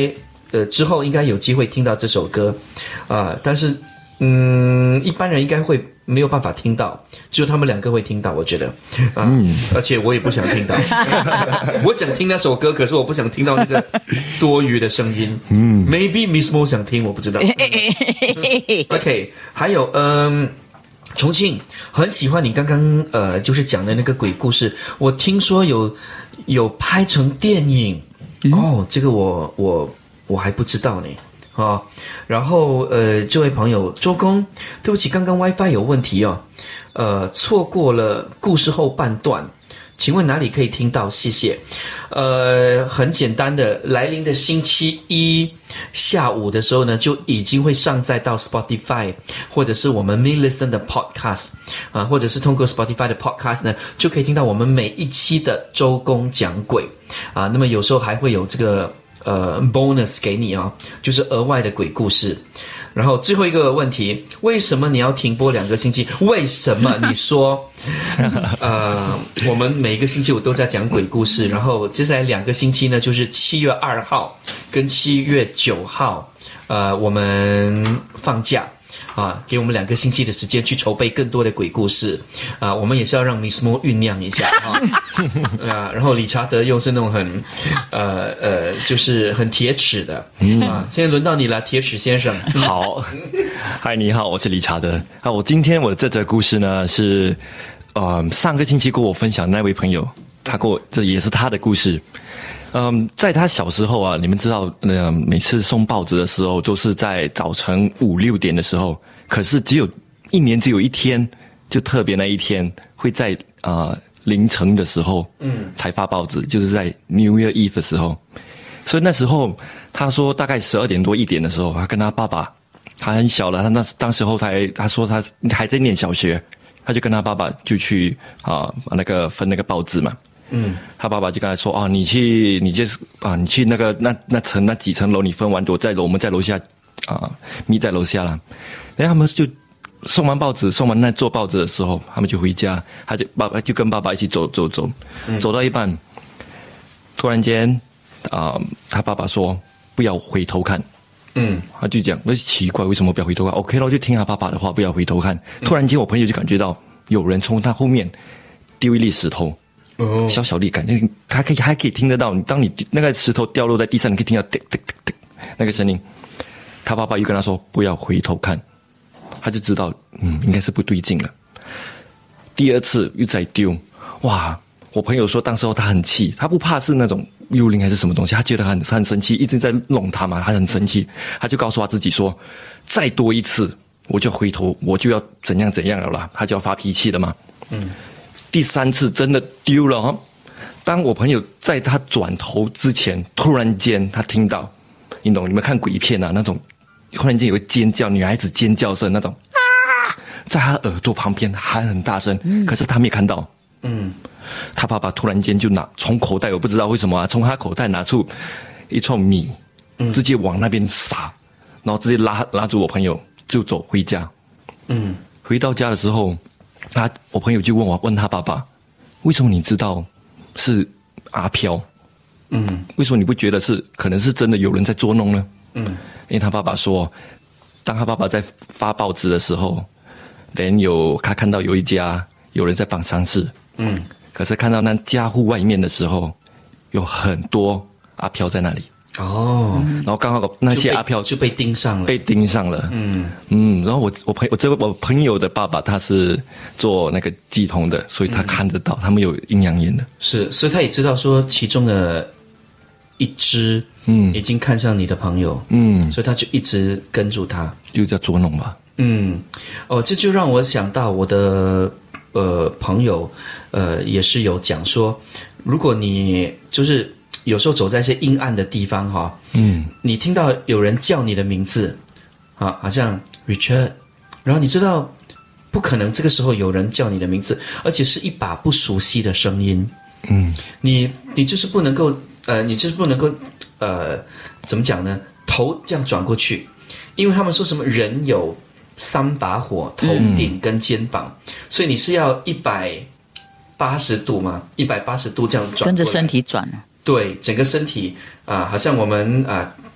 呃之后应该有机会听到这首歌啊、呃，但是嗯，一般人应该会没有办法听到，只有他们两个会听到，我觉得啊、嗯，而且我也不想听到，我想听那首歌，可是我不想听到那个多余的声音。嗯 ，maybe Miss Mo 想听，我不知道。OK， 还有嗯。重庆很喜欢你刚刚呃，就是讲的那个鬼故事，我听说有有拍成电影、嗯、哦，这个我我我还不知道呢啊、哦。然后呃，这位朋友周公，对不起，刚刚 WiFi 有问题哦，呃，错过了故事后半段。请问哪里可以听到？谢谢。呃，很简单的，来临的星期一下午的时候呢，就已经会上载到 Spotify 或者是我们 Me Listen 的 Podcast 啊，或者是通过 Spotify 的 Podcast 呢，就可以听到我们每一期的周公讲鬼啊。那么有时候还会有这个呃 bonus 给你啊、哦，就是额外的鬼故事。然后最后一个问题，为什么你要停播两个星期？为什么你说，呃，我们每一个星期五都在讲鬼故事，然后接下来两个星期呢，就是七月二号跟七月九号，呃，我们放假。啊，给我们两个星期的时间去筹备更多的鬼故事啊！我们也是要让 Miss Mo 酝酿一下啊，啊，然后理查德又是那种很，呃呃，就是很铁齿的啊。现在轮到你了，铁齿先生。 好，嗨，你好，我是理查德啊。我今天我的这则故事呢是，呃，上个星期跟我分享的那位朋友，他跟我这也是他的故事。嗯，在他小时候啊，你们知道，呃，每次送报纸的时候都是在早晨五六点的时候，可是只有一年只有一天，就特别那一天会在啊、呃、凌晨的时候，嗯，才发报纸，就是在 New Year Eve 的时候。所以那时候他说大概十二点多一点的时候，他跟他爸爸，他很小了，他那当时候他还他说他还在念小学，他就跟他爸爸就去啊那个分那个报纸嘛。嗯，他爸爸就跟他说：“哦，你去，你就是啊，你去那个那那层那几层楼，你分完，我在楼，我们在楼下，啊，咪在楼下了。”然后他们就送完报纸，送完那做报纸的时候，他们就回家，他就爸爸就跟爸爸一起走走走，嗯、走到一半，突然间啊、呃，他爸爸说：“不要回头看。”嗯，他就讲，那奇怪，为什么不要回头看 ？OK 咯，就听他爸爸的话，不要回头看。突然间，我朋友就感觉到有人从他后面丢一粒石头。哦，小小力感，他可以还可以听得到。当你那个石头掉落在地上，你可以听到滴滴滴滴那个声音。他爸爸又跟他说不要回头看，他就知道嗯应该是不对劲了。第二次又再丢，哇！我朋友说当时候他很气，他不怕是那种幽灵还是什么东西，他觉得很很生气，一直在弄他嘛，他很生气，他就告诉他自己说，再多一次我就回头，我就要怎样怎样了啦，他就要发脾气了嘛。嗯。第三次真的丢了哈！当我朋友在他转头之前，突然间他听到，你懂？你们看鬼片啊，那种突然间有个尖叫，女孩子尖叫声那种啊，在他耳朵旁边喊很大声，嗯、可是他没看到。嗯，他爸爸突然间就拿从口袋，我不知道为什么啊，从他口袋拿出一串米，嗯、直接往那边撒，然后直接拉拉住我朋友就走回家。嗯，回到家的时候。他我朋友就问我问他爸爸，为什么你知道是阿飘？嗯，为什么你不觉得是可能是真的有人在捉弄呢？嗯，因为他爸爸说，当他爸爸在发报纸的时候，连有他看到有一家有人在办丧事，嗯，可是看到那家户外面的时候，有很多阿飘在那里。哦，然后刚好那些阿飘就被盯上了， 被盯上了。嗯嗯，然后我我朋我这个我朋友的爸爸他是做那个乩童的，所以他看得到，嗯、他们有阴阳眼的。 是，所以他也知道说其中的一只，嗯，已经看上你的朋友，嗯，所以他就一直跟住他， 就叫捉弄吧。 嗯，哦，这就让我想到我的呃朋友，呃，也是有讲说，如果你就是。有时候走在一些阴暗的地方哈，嗯，你听到有人叫你的名字，啊，好像 Richard， 然后你知道不可能这个时候有人叫你的名字，而且是一把不熟悉的声音，嗯，你你就是不能够呃，你就是不能够呃，怎么讲呢？头这样转过去，因为他们说什么人有三把火，头顶跟肩膀，嗯、所以你是要一百八十度嘛，一百八十度这样转， 跟着身体转啊。 对，整个身体啊、呃，好像我们啊、呃、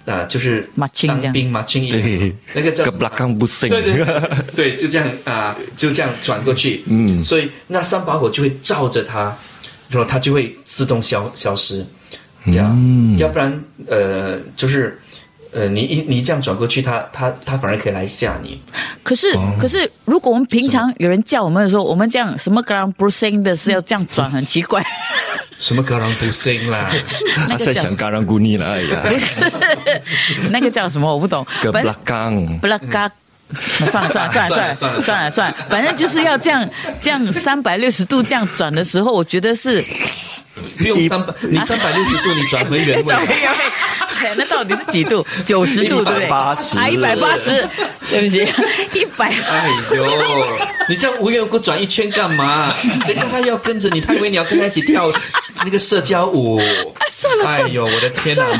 啊、呃，就是当兵马青一样，那个叫个 belakang pusing， 对对对，对，就这样啊、呃，就这样转过去，嗯，所以那三把火就会照着他，然后他就会自动消消失，呀、嗯，要不然呃，就是呃，你一你这样转过去，他他他反而可以来吓你。 可是、哦、可是，如果我们平常有人叫我们的时候，我们这样什么 galang pusing 的是要这样转，很奇怪。 什么 galang pusing 啦？ 他在想 galang guni 了，哎呀， 不是，那个叫什么我不懂。 个 belakang belakang。那算了算了算了算了算了算了算了，反正就是要这样这样三百六十度这样转的时候，我觉得是不用三百，你三百六十度你转回原位， 转回原位。那到底是几度？九十度对不对？ 八十啊，一百八十，对不起，一百。 哎呦，你这样无缘无故转一圈干嘛？等一下他要跟着你，他以为你要跟他一起跳那个社交舞。 啊，算了算了， 哎呦，我的天哪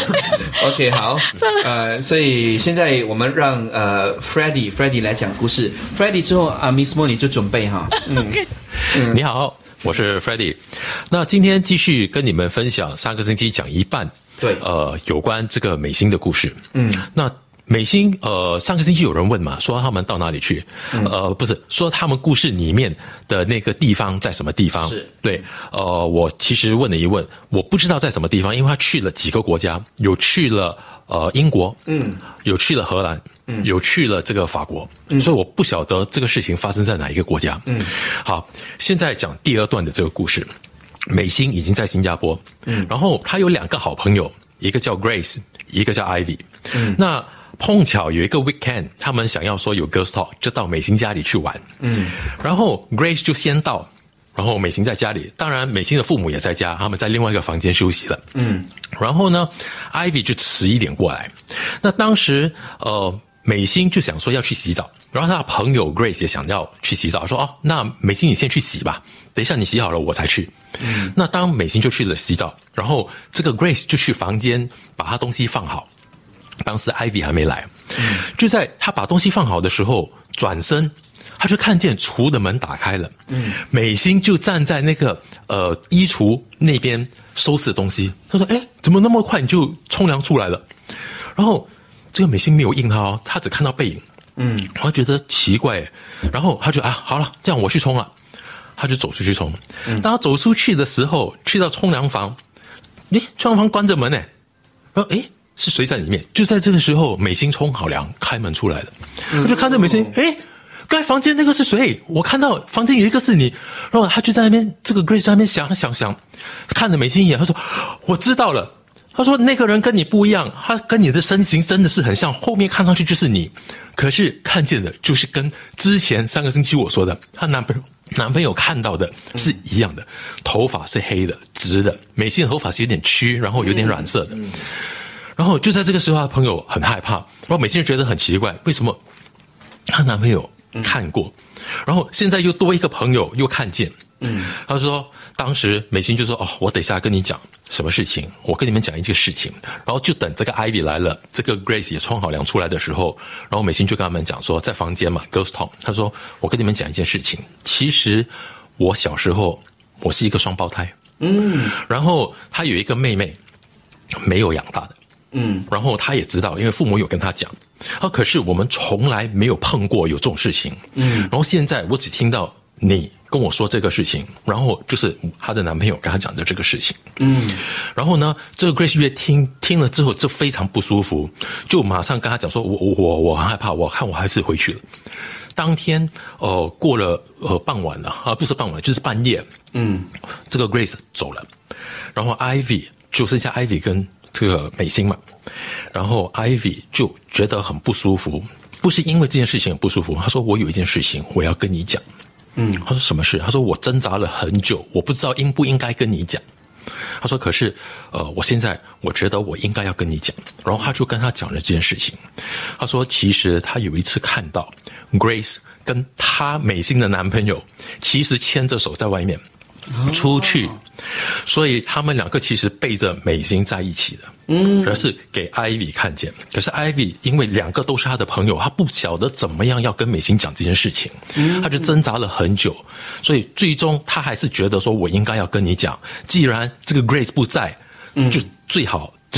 ，no。OK， 好， 算了。 呃，所以现在我们让呃 Freddy Freddy 来讲故事。Freddy 之后啊 ，Miss Mo 你就准备哈。 嗯， 嗯你好，我是 Freddy。那今天继续跟你们分享上个星期讲一半。 对， 呃，有关这个美心的故事。 嗯， 那美心，呃，上个星期有人问嘛，说他们到哪里去？嗯、呃，不是，说他们故事里面的那个地方在什么地方？ 是， 对，呃，我其实问了一问，我不知道在什么地方，因为他去了几个国家，有去了呃英国， 嗯， 有去了荷兰，嗯，有去了这个法国，嗯，所以我不晓得这个事情发生在哪一个国家。 嗯， 好，现在讲第二段的这个故事。美心已经在新加坡，嗯，然后他有两个好朋友，一个叫 Grace， 一个叫 Ivy， 嗯，那碰巧有一个 weekend， 他们想要说有 girls talk， 就到美心家里去玩，嗯，然后 Grace 就先到，然后美心在家里，当然美心的父母也在家，他们在另外一个房间休息了，嗯，然后呢 ，Ivy 就迟一点过来，那当时呃。美心就想说要去洗澡，然后他的朋友 Grace 也想要去洗澡，说哦，那美心你先去洗吧，等一下你洗好了我才去。嗯，那当美心就去了洗澡，然后这个 Grace 就去房间把他东西放好。当时 Ivy 还没来，嗯，就在他把东西放好的时候，转身他就看见厨的门打开了，嗯，美心就站在那个呃衣橱那边收拾东西。他说：“哎，怎么那么快你就冲凉出来了？”然后。这个美心没有应他哦，他只看到背影，嗯，然后觉得奇怪，然后他就啊，好了，这样我去冲了，他就走出去冲。嗯，当他走出去的时候，去到冲凉房，诶，冲凉房关着门诶，然后诶，是谁在里面？就在这个时候，美心冲好凉，开门出来了，他就看着美心，诶，刚才房间那个是谁？我看到房间有一个是你，然后他就在那边，这个 Grace 在那边想想想，看着美心一眼，他说：“我知道了。”他说那个人跟你不一样，他跟你的身形真的是很像，后面看上去就是你，可是看见的就是跟之前上个星期我说的她男朋友男朋友看到的是一样的，头发是黑的直的，美心的头发是有点曲，然后有点染色的，然后就在这个时候，她朋友很害怕，然后美心就觉得很奇怪，为什么她男朋友看过，然后现在又多一个朋友又看见，嗯，他说当时美心就说：“哦，我等一下跟你讲什么事情，我跟你们讲一件事情。”然后就等这个 Ivy 来了，这个 Grace 也冲好凉出来的时候，然后美心就跟他们讲说，在房间嘛 ，Ghost Talk， 他说：“我跟你们讲一件事情，其实我小时候我是一个双胞胎，嗯，然后他有一个妹妹没有养大的，嗯，然后他也知道，因为父母有跟他讲，啊，可是我们从来没有碰过有这种事情，嗯，然后现在我只听到你。”跟我说这个事情，然后就是她的男朋友跟她讲的这个事情，嗯，然后呢，这个 Grace 越听听了之后就非常不舒服，就马上跟她讲说，我我我我很害怕，我看我还是回去了。当天呃过了呃傍晚了啊，不是傍晚，就是半夜，嗯，这个 Grace 走了，然后 Ivy 就剩下 Ivy 跟这个美心嘛，然后 Ivy 就觉得很不舒服，不是因为这件事情很不舒服，她说我有一件事情我要跟你讲。嗯，他说什么事？他说我挣扎了很久，我不知道应不应该跟你讲。他说可是，呃，我现在我觉得我应该要跟你讲。然后他就跟他讲了这件事情。他说其实他有一次看到 Grace 跟他美心的男朋友其实牵着手在外面出去，哦，所以他们两个其实背着美心在一起的。嗯，而是给 Ivy 看见，可是 Ivy 因为两个都是他的朋友，他不晓得怎么样要跟美心讲这件事情，嗯，他就挣扎了很久，所以最终他还是觉得说我应该要跟你讲，既然这个 Grace 不在，嗯，就最好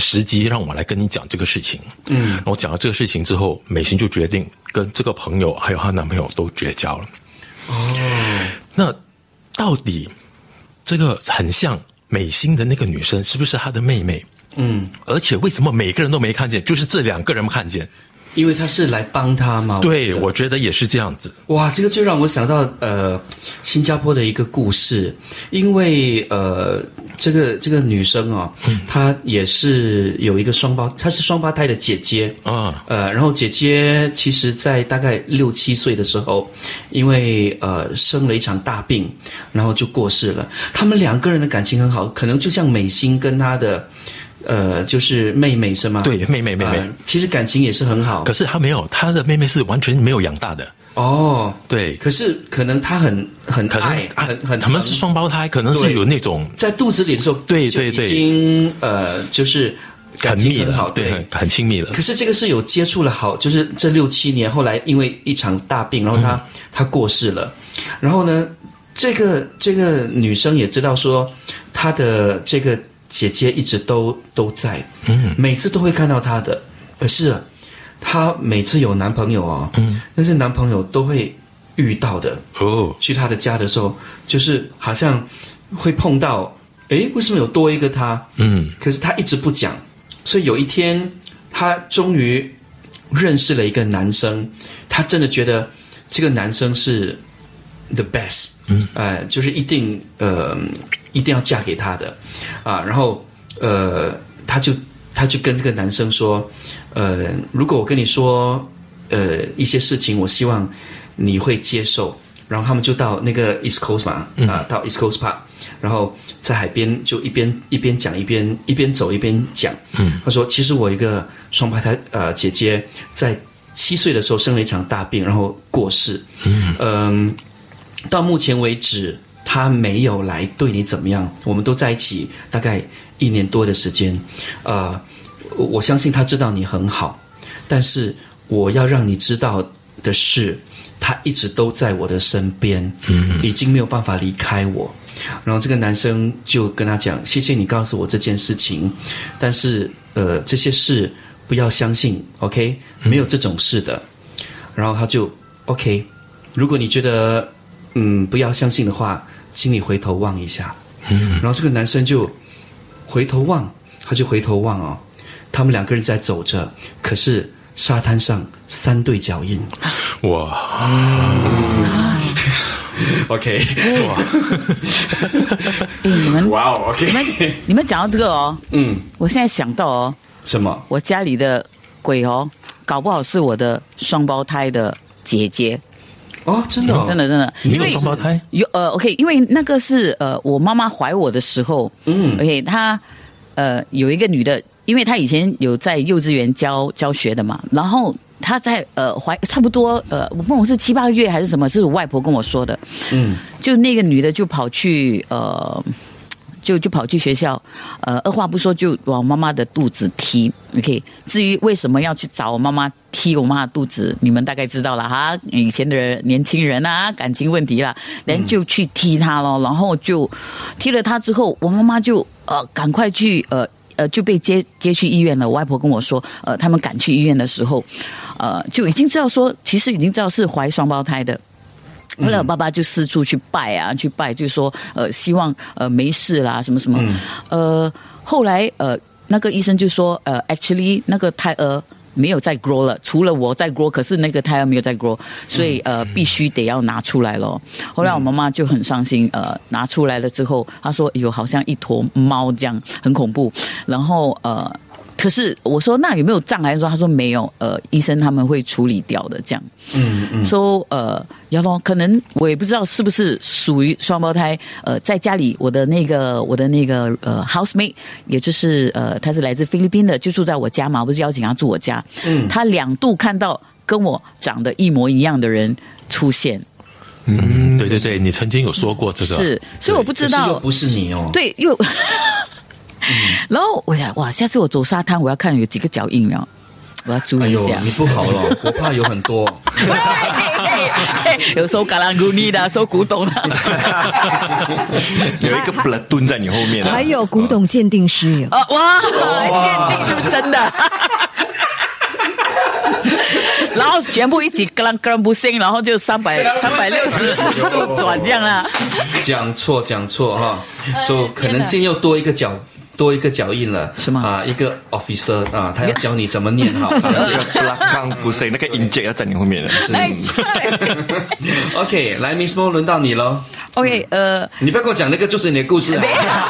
时机让我来跟你讲这个事情。嗯，然后讲了这个事情之后，美心就决定跟这个朋友还有她男朋友都绝交了。哦，那到底这个很像美心的那个女生是不是她的妹妹？嗯，而且为什么每个人都没看见，就是这两个人看见？ 因为他是来帮他嘛。 对，我觉得也是这样子。 哇，这个就让我想到呃，新加坡的一个故事。因为呃，这个这个女生哦，嗯、她也是有一个双胞，她是双胞胎的姐姐啊。呃，然后姐姐其实在大概六七岁的时候，因为呃生了一场大病，然后就过世了。他们两个人的感情很好，可能就像美心跟她的。呃，就是妹妹是吗？ 对，妹妹妹妹、呃， 其实感情也是很好。 可是她没有，她的妹妹是完全没有养大的。 哦， 对。 可是可能她很很可能爱，很很。 他们是双胞胎，可能是有那种在肚子里的时候， 对对对， 已经呃，就是感情很好， 对， 对很很亲密了。 可是这个是有接触了好，就是这六七年，后来因为一场大病，然后她她、嗯、过世了，然后呢，这个这个女生也知道说她的这个。姐姐一直都都在，嗯，每次都会看到她的。可是她每次有男朋友哦，嗯，但是男朋友都会遇到的哦。去她的家的时候，就是好像会碰到，诶，为什么有多一个她？嗯，可是她一直不讲。所以有一天，她终于认识了一个男生，她真的觉得这个男生是 the best， 嗯，呃，就是一定呃。一定要嫁给他的，啊，然后呃，他就他就跟这个男生说，呃，如果我跟你说呃一些事情，我希望你会接受。然后他们就到那个 East Coast 嘛，啊，到 East Coast Park， 然后在海边就一边一边讲一边一边走一边讲。嗯，他说，其实我一个双胞胎呃姐姐在七岁的时候生了一场大病，然后过世。嗯，呃、到目前为止。他没有来对你怎么样，我们都在一起大概一年多的时间，呃，我相信他知道你很好，但是我要让你知道的是，他一直都在我的身边，嗯，已经没有办法离开我。然后这个男生就跟他讲：“谢谢你告诉我这件事情，但是呃，这些事不要相信 ，OK， 没有这种事的。”然后他就 OK， 如果你觉得嗯不要相信的话。请你回头望一下，嗯，然后这个男生就回头望，他就回头望哦，他们两个人在走着，可是沙滩上三对脚印， 哇， 嗯、OK， 哇， 你们哇、wow, OK， 你们你们讲到这个哦，嗯，我现在想到哦， 什么？ 我家里的鬼哦，搞不好是我的双胞胎的姐姐。 哦，真的、哦， 真的，真的， 你有双胞胎？ 有呃 ，OK， 因为那个是呃，我妈妈怀我的时候，嗯 ，OK， 她呃有一个女的，因为她以前有在幼稚园教教学的嘛，然后她在呃怀差不多呃，我不懂是七八个月还是什么，是我外婆跟我说的，嗯，就那个女的就跑去呃。就就跑去学校，呃，二话不说就往妈妈的肚子踢。OK， 至于为什么要去找我妈妈踢我妈的肚子，你们大概知道了哈。以前的人年轻人啊，感情问题啦，人就去踢她咯，然后就踢了她之后，我妈妈就呃赶快去呃呃就被接接去医院了。我外婆跟我说，呃，他们赶去医院的时候，呃，就已经知道说，其实已经知道是怀双胞胎的。后来我爸爸就四处去拜啊，去拜，就说呃希望呃没事啦，什么什么。嗯、呃，后来呃那个医生就说呃 ，actually 那个胎儿没有再 grow 了，除了我在 grow， 可是那个胎儿没有再 grow， 所以呃必须得要拿出来咯。后来我妈妈就很伤心，呃拿出来了之后，她说有好像一坨猫这样，很恐怖。然后呃。可是我说那有没有障碍？说他说没有，呃，医生他们会处理掉的这样。嗯嗯。说、so, 呃，要咯，可能我也不知道是不是属于双胞胎。呃，在家里我的那个我的那个呃 housemate， 也就是呃他是来自菲律宾的，就住在我家嘛，我不是邀请他住我家。嗯。他两度看到跟我长得一模一样的人出现。 嗯，对对对，你曾经有说过这个。 是，所以我不知道。 又不是你哦。 对，又。嗯、然后我想，哇，下次我走沙滩，我要看有几个脚印了，我要注意一下。 哎、你不好了，我怕有很多。 有收嘎啷古尼的，收古董的， 有一个 platoon 在你后面啊， 还有古董鉴定师有。 哦哇，鉴定是不是真的？然后全部一起咯啷咯啷不兴，然后就三百三百六十度转这样啦。 讲错讲错哈，所以可能性又多一个脚。多一个脚印了， 是吗？ 啊，一个 officer 啊，他要教你怎么念好。 这个 belakang 不是那个 inject 要在你后面的，是。 OK， 来 ，Miss Mo， 轮到你喽。 OK， 呃， 你不要跟我讲那个就是你的故事啊。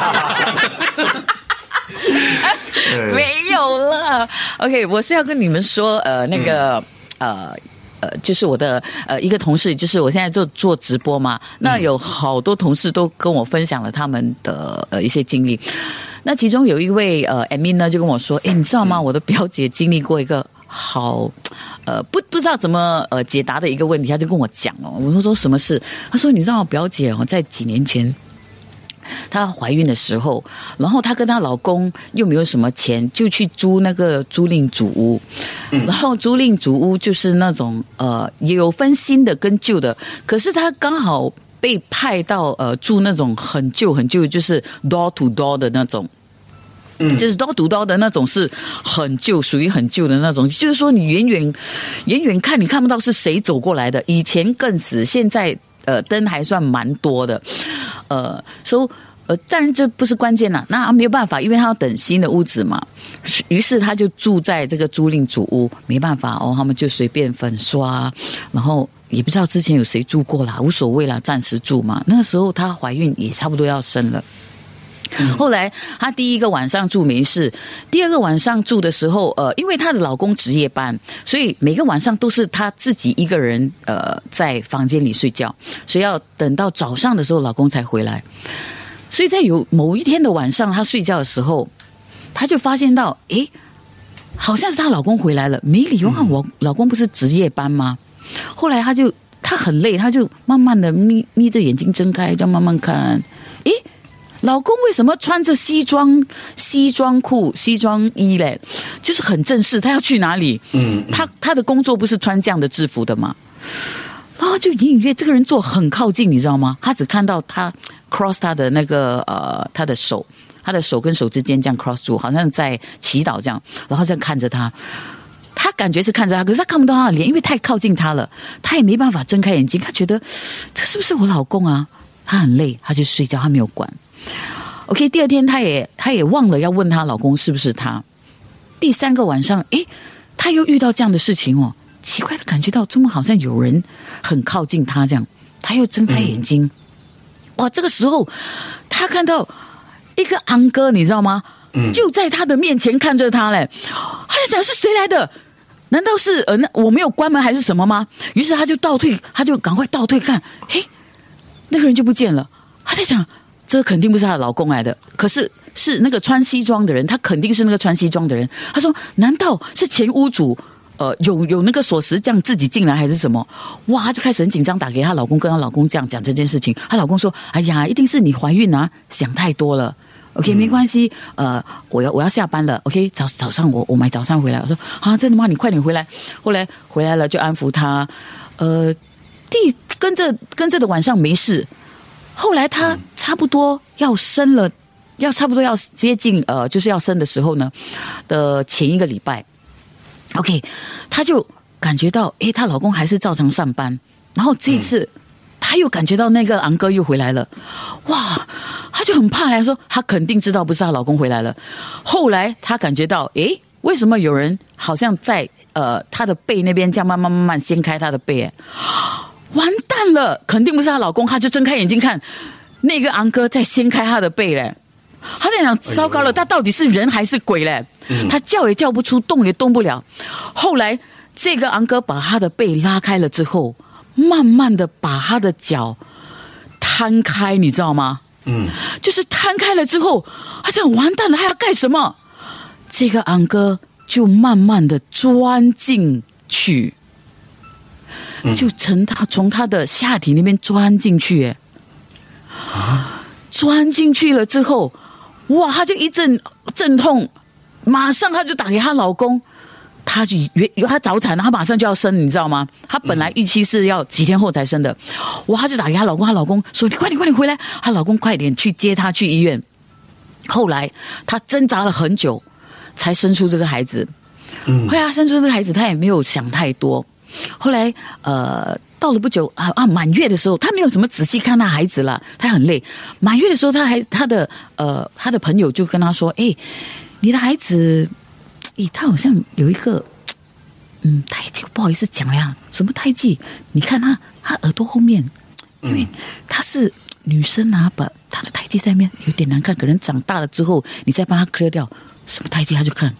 没有了。OK， 我是要跟你们说，呃，那个，嗯、呃。呃，就是我的呃一个同事，就是我现在做做直播嘛，那有好多同事都跟我分享了他们的呃一些经历。那其中有一位呃 admin 呢就跟我说，哎，你知道吗？我的表姐经历过一个好呃不不知道怎么呃解答的一个问题，他就跟我讲哦，我说什么事？他说你知道我表姐哦，在几年前。她怀孕的时候，然后她跟她老公又没有什么钱，就去租那个租赁主屋。嗯、然后租赁主屋就是那种呃，也有分新的跟旧的，可是她刚好被派到呃住那种很旧很旧，就是 door to door 的那种。嗯，就是door to door的那种是很旧，属于很旧的那种。就是说你远远远远看你看不到是谁走过来的，以前更死，现在。呃，灯还算蛮多的，呃，所以呃，当然这不是关键啦，那没有办法，因为他要等新的屋子嘛，于是他就住在这个租赁主屋，没办法哦，他们就随便粉刷，然后也不知道之前有谁住过啦，无所谓啦，暂时住嘛。那个时候她怀孕也差不多要生了。后来她第一个晚上住没事，第二个晚上住的时候，呃，因为她的老公值夜班，所以每个晚上都是她自己一个人呃在房间里睡觉，所以要等到早上的时候老公才回来。所以在有某一天的晚上，她睡觉的时候，她就发现到，诶，好像是她老公回来了，没理由啊，我老公不是值夜班吗？后来她就她很累，她就慢慢的眯眯着眼睛睁开，这样慢慢看，诶。老公为什么穿着西装、西装裤、西装衣嘞？就是很正式，他要去哪里？嗯，他他的工作不是穿这样的制服的吗？然后就隐隐约这个人坐很靠近，你知道吗？他只看到他 cross 他的那个呃他的手，他的手跟手之间这样 cross 住，好像在祈祷这样，然后这样看着他。他感觉是看着他，可是他看不到他的脸，因为太靠近他了，他也没办法睁开眼睛。他觉得这是不是我老公啊？他很累，他就睡觉，他没有管。OK， 第二天她也她也忘了要问她老公是不是他。第三个晚上，诶，她又遇到这样的事情哦，奇怪的感觉到怎么好像有人很靠近她这样，她又睁开眼睛，嗯、哇，这个时候她看到一个昂哥，你知道吗？嗯、就在她的面前看着她嘞，她在想是谁来的？难道是呃，那我没有关门还是什么吗？于是她就倒退，她就赶快倒退看，嘿，那个人就不见了。她在想。这肯定不是她的老公来的，可是是那个穿西装的人，他肯定是那个穿西装的人。他说：“难道是前屋主？呃，有有那个锁匙这样自己进来还是什么？”哇，她就开始很紧张，打给她老公，跟她老公这样讲这件事情。她老公说：“哎呀，一定是你怀孕啊，想太多了。OK， 没关系，呃，我要我要下班了。OK， 早早上我我买早餐回来。我说啊，真的吗？你快点回来。后来回来了就安抚她，呃，第跟着跟着的晚上没事。”后来她差不多要生了，要差不多要接近呃，就是要生的时候呢的前一个礼拜 ，OK， 她就感觉到，诶，她老公还是照常上班，然后这一次她又感觉到那个昂哥又回来了，哇，她就很怕来说，她肯定知道不是她老公回来了。后来她感觉到，诶，为什么有人好像在呃她的背那边这样慢慢慢慢掀开她的背？完蛋了，肯定不是她老公，她就睁开眼睛看，那个昂哥在掀开她的背嘞。她在想，糟糕了，他到底是人还是鬼嘞？她叫也叫不出，动也动不了。后来这个昂哥把她的背拉开了之后，慢慢的把她的脚摊开，你知道吗？嗯，就是摊开了之后，她想完蛋了，还要干什么？这个昂哥就慢慢的钻进去。就从他从他的下体那边钻进去，哎，啊，钻进去了之后，哇，他就一阵阵痛，马上他就打给她老公， 他就约他早产了，他马上就要生，你知道吗？他本来预期是要几天后才生的，哇！他就打给她老公，她老公说：“你快点，快点回来！”她老公快点去接她去医院。后来她挣扎了很久，才生出这个孩子。嗯，后来她生出这个孩子，她也没有想太多。后来呃，到了不久啊啊满月的时候，她没有什么仔细看她孩子了，她很累。满月的时候，她还她的呃她的朋友就跟她说：“哎，你的孩子。”咦，他好像有一个，嗯，胎记，不好意思讲呀，什么胎记？你看他，他耳朵后面，因为他是女生啊，把他的胎记在那边有点难看，可能长大了之后，你再帮他 clear 掉，什么胎记他就看，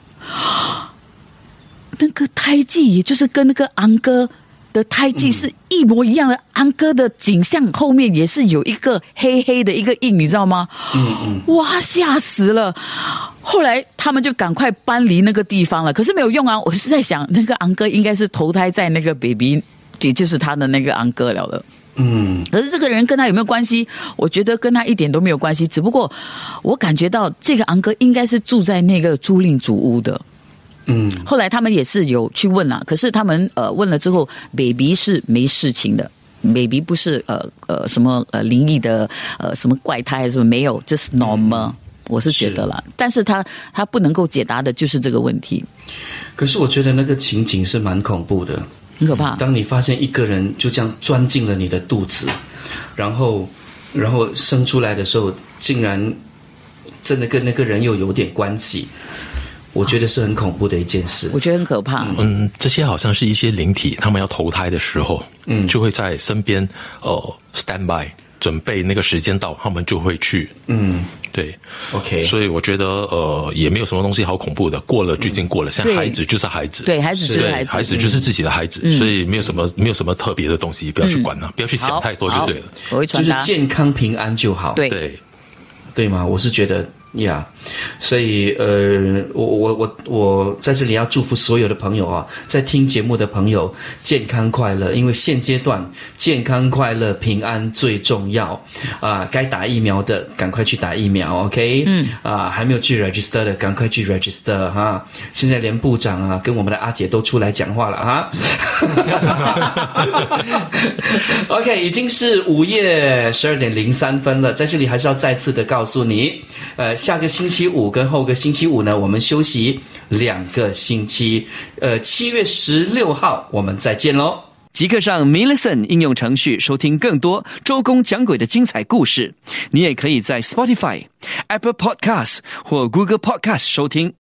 那个胎记也就是跟那个昂哥的胎记是一模一样的，昂哥的颈项后面也是有一个黑黑的一个印，你知道吗？嗯嗯，哇，吓死了！后来他们就赶快搬离那个地方了，可是没有用啊！我是在想，那个昂哥应该是投胎在那个 baby， 也就是他的那个昂哥了了。嗯，可是这个人跟他有没有关系？我觉得跟他一点都没有关系，只不过我感觉到这个昂哥应该是住在那个租赁主屋的。嗯，后来他们也是有去问啦，可是他们呃问了之后 ，baby 是没事情的。baby 不是呃呃什么呃灵异的呃什么怪胎什么没有，就是 normal。嗯，我是觉得啦，但是他他不能够解答的就是这个问题。 可是我觉得那个情景是蛮恐怖的， 很可怕。 当你发现一个人就这样钻进了你的肚子，然后然后生出来的时候，竟然真的跟那个人又有点关系，我觉得是很恐怖的一件事。 我觉得很可怕。 嗯，这些好像是一些灵体，他们要投胎的时候，嗯，就会在身边呃 stand by。准备那个时间到，他们就会去。嗯，对 ，OK。 所以我觉得呃，也没有什么东西好恐怖的。过了就已经过了，现在孩子就是孩子， 对，孩子就是孩子， 孩子就是自己的孩子，嗯，所以没有什么没有什么特别的东西，不要去管它，嗯，不要去想太多就对了。 我会传达，就是健康平安就好。 对对对吗？我是觉得。呀、yeah. ，所以呃，我我我我在这里要祝福所有的朋友啊，在听节目的朋友健康快乐，因为现阶段健康快乐平安最重要啊！该打疫苗的赶快去打疫苗 ，OK？ 嗯啊，还没有去 register 的赶快去 register 哈！现在连部长啊跟我们的阿姐都出来讲话了哈。OK， 已经是午夜十二点零三分了，在这里还是要再次的告诉你，呃。下个星期五跟后个星期五呢，我们休息两个星期。呃，七月十六号我们再见喽！即刻上 Millicent 应用程序收听更多周公讲鬼的精彩故事。你也可以在 Spotify、Apple Podcast 或 Google Podcast 收听。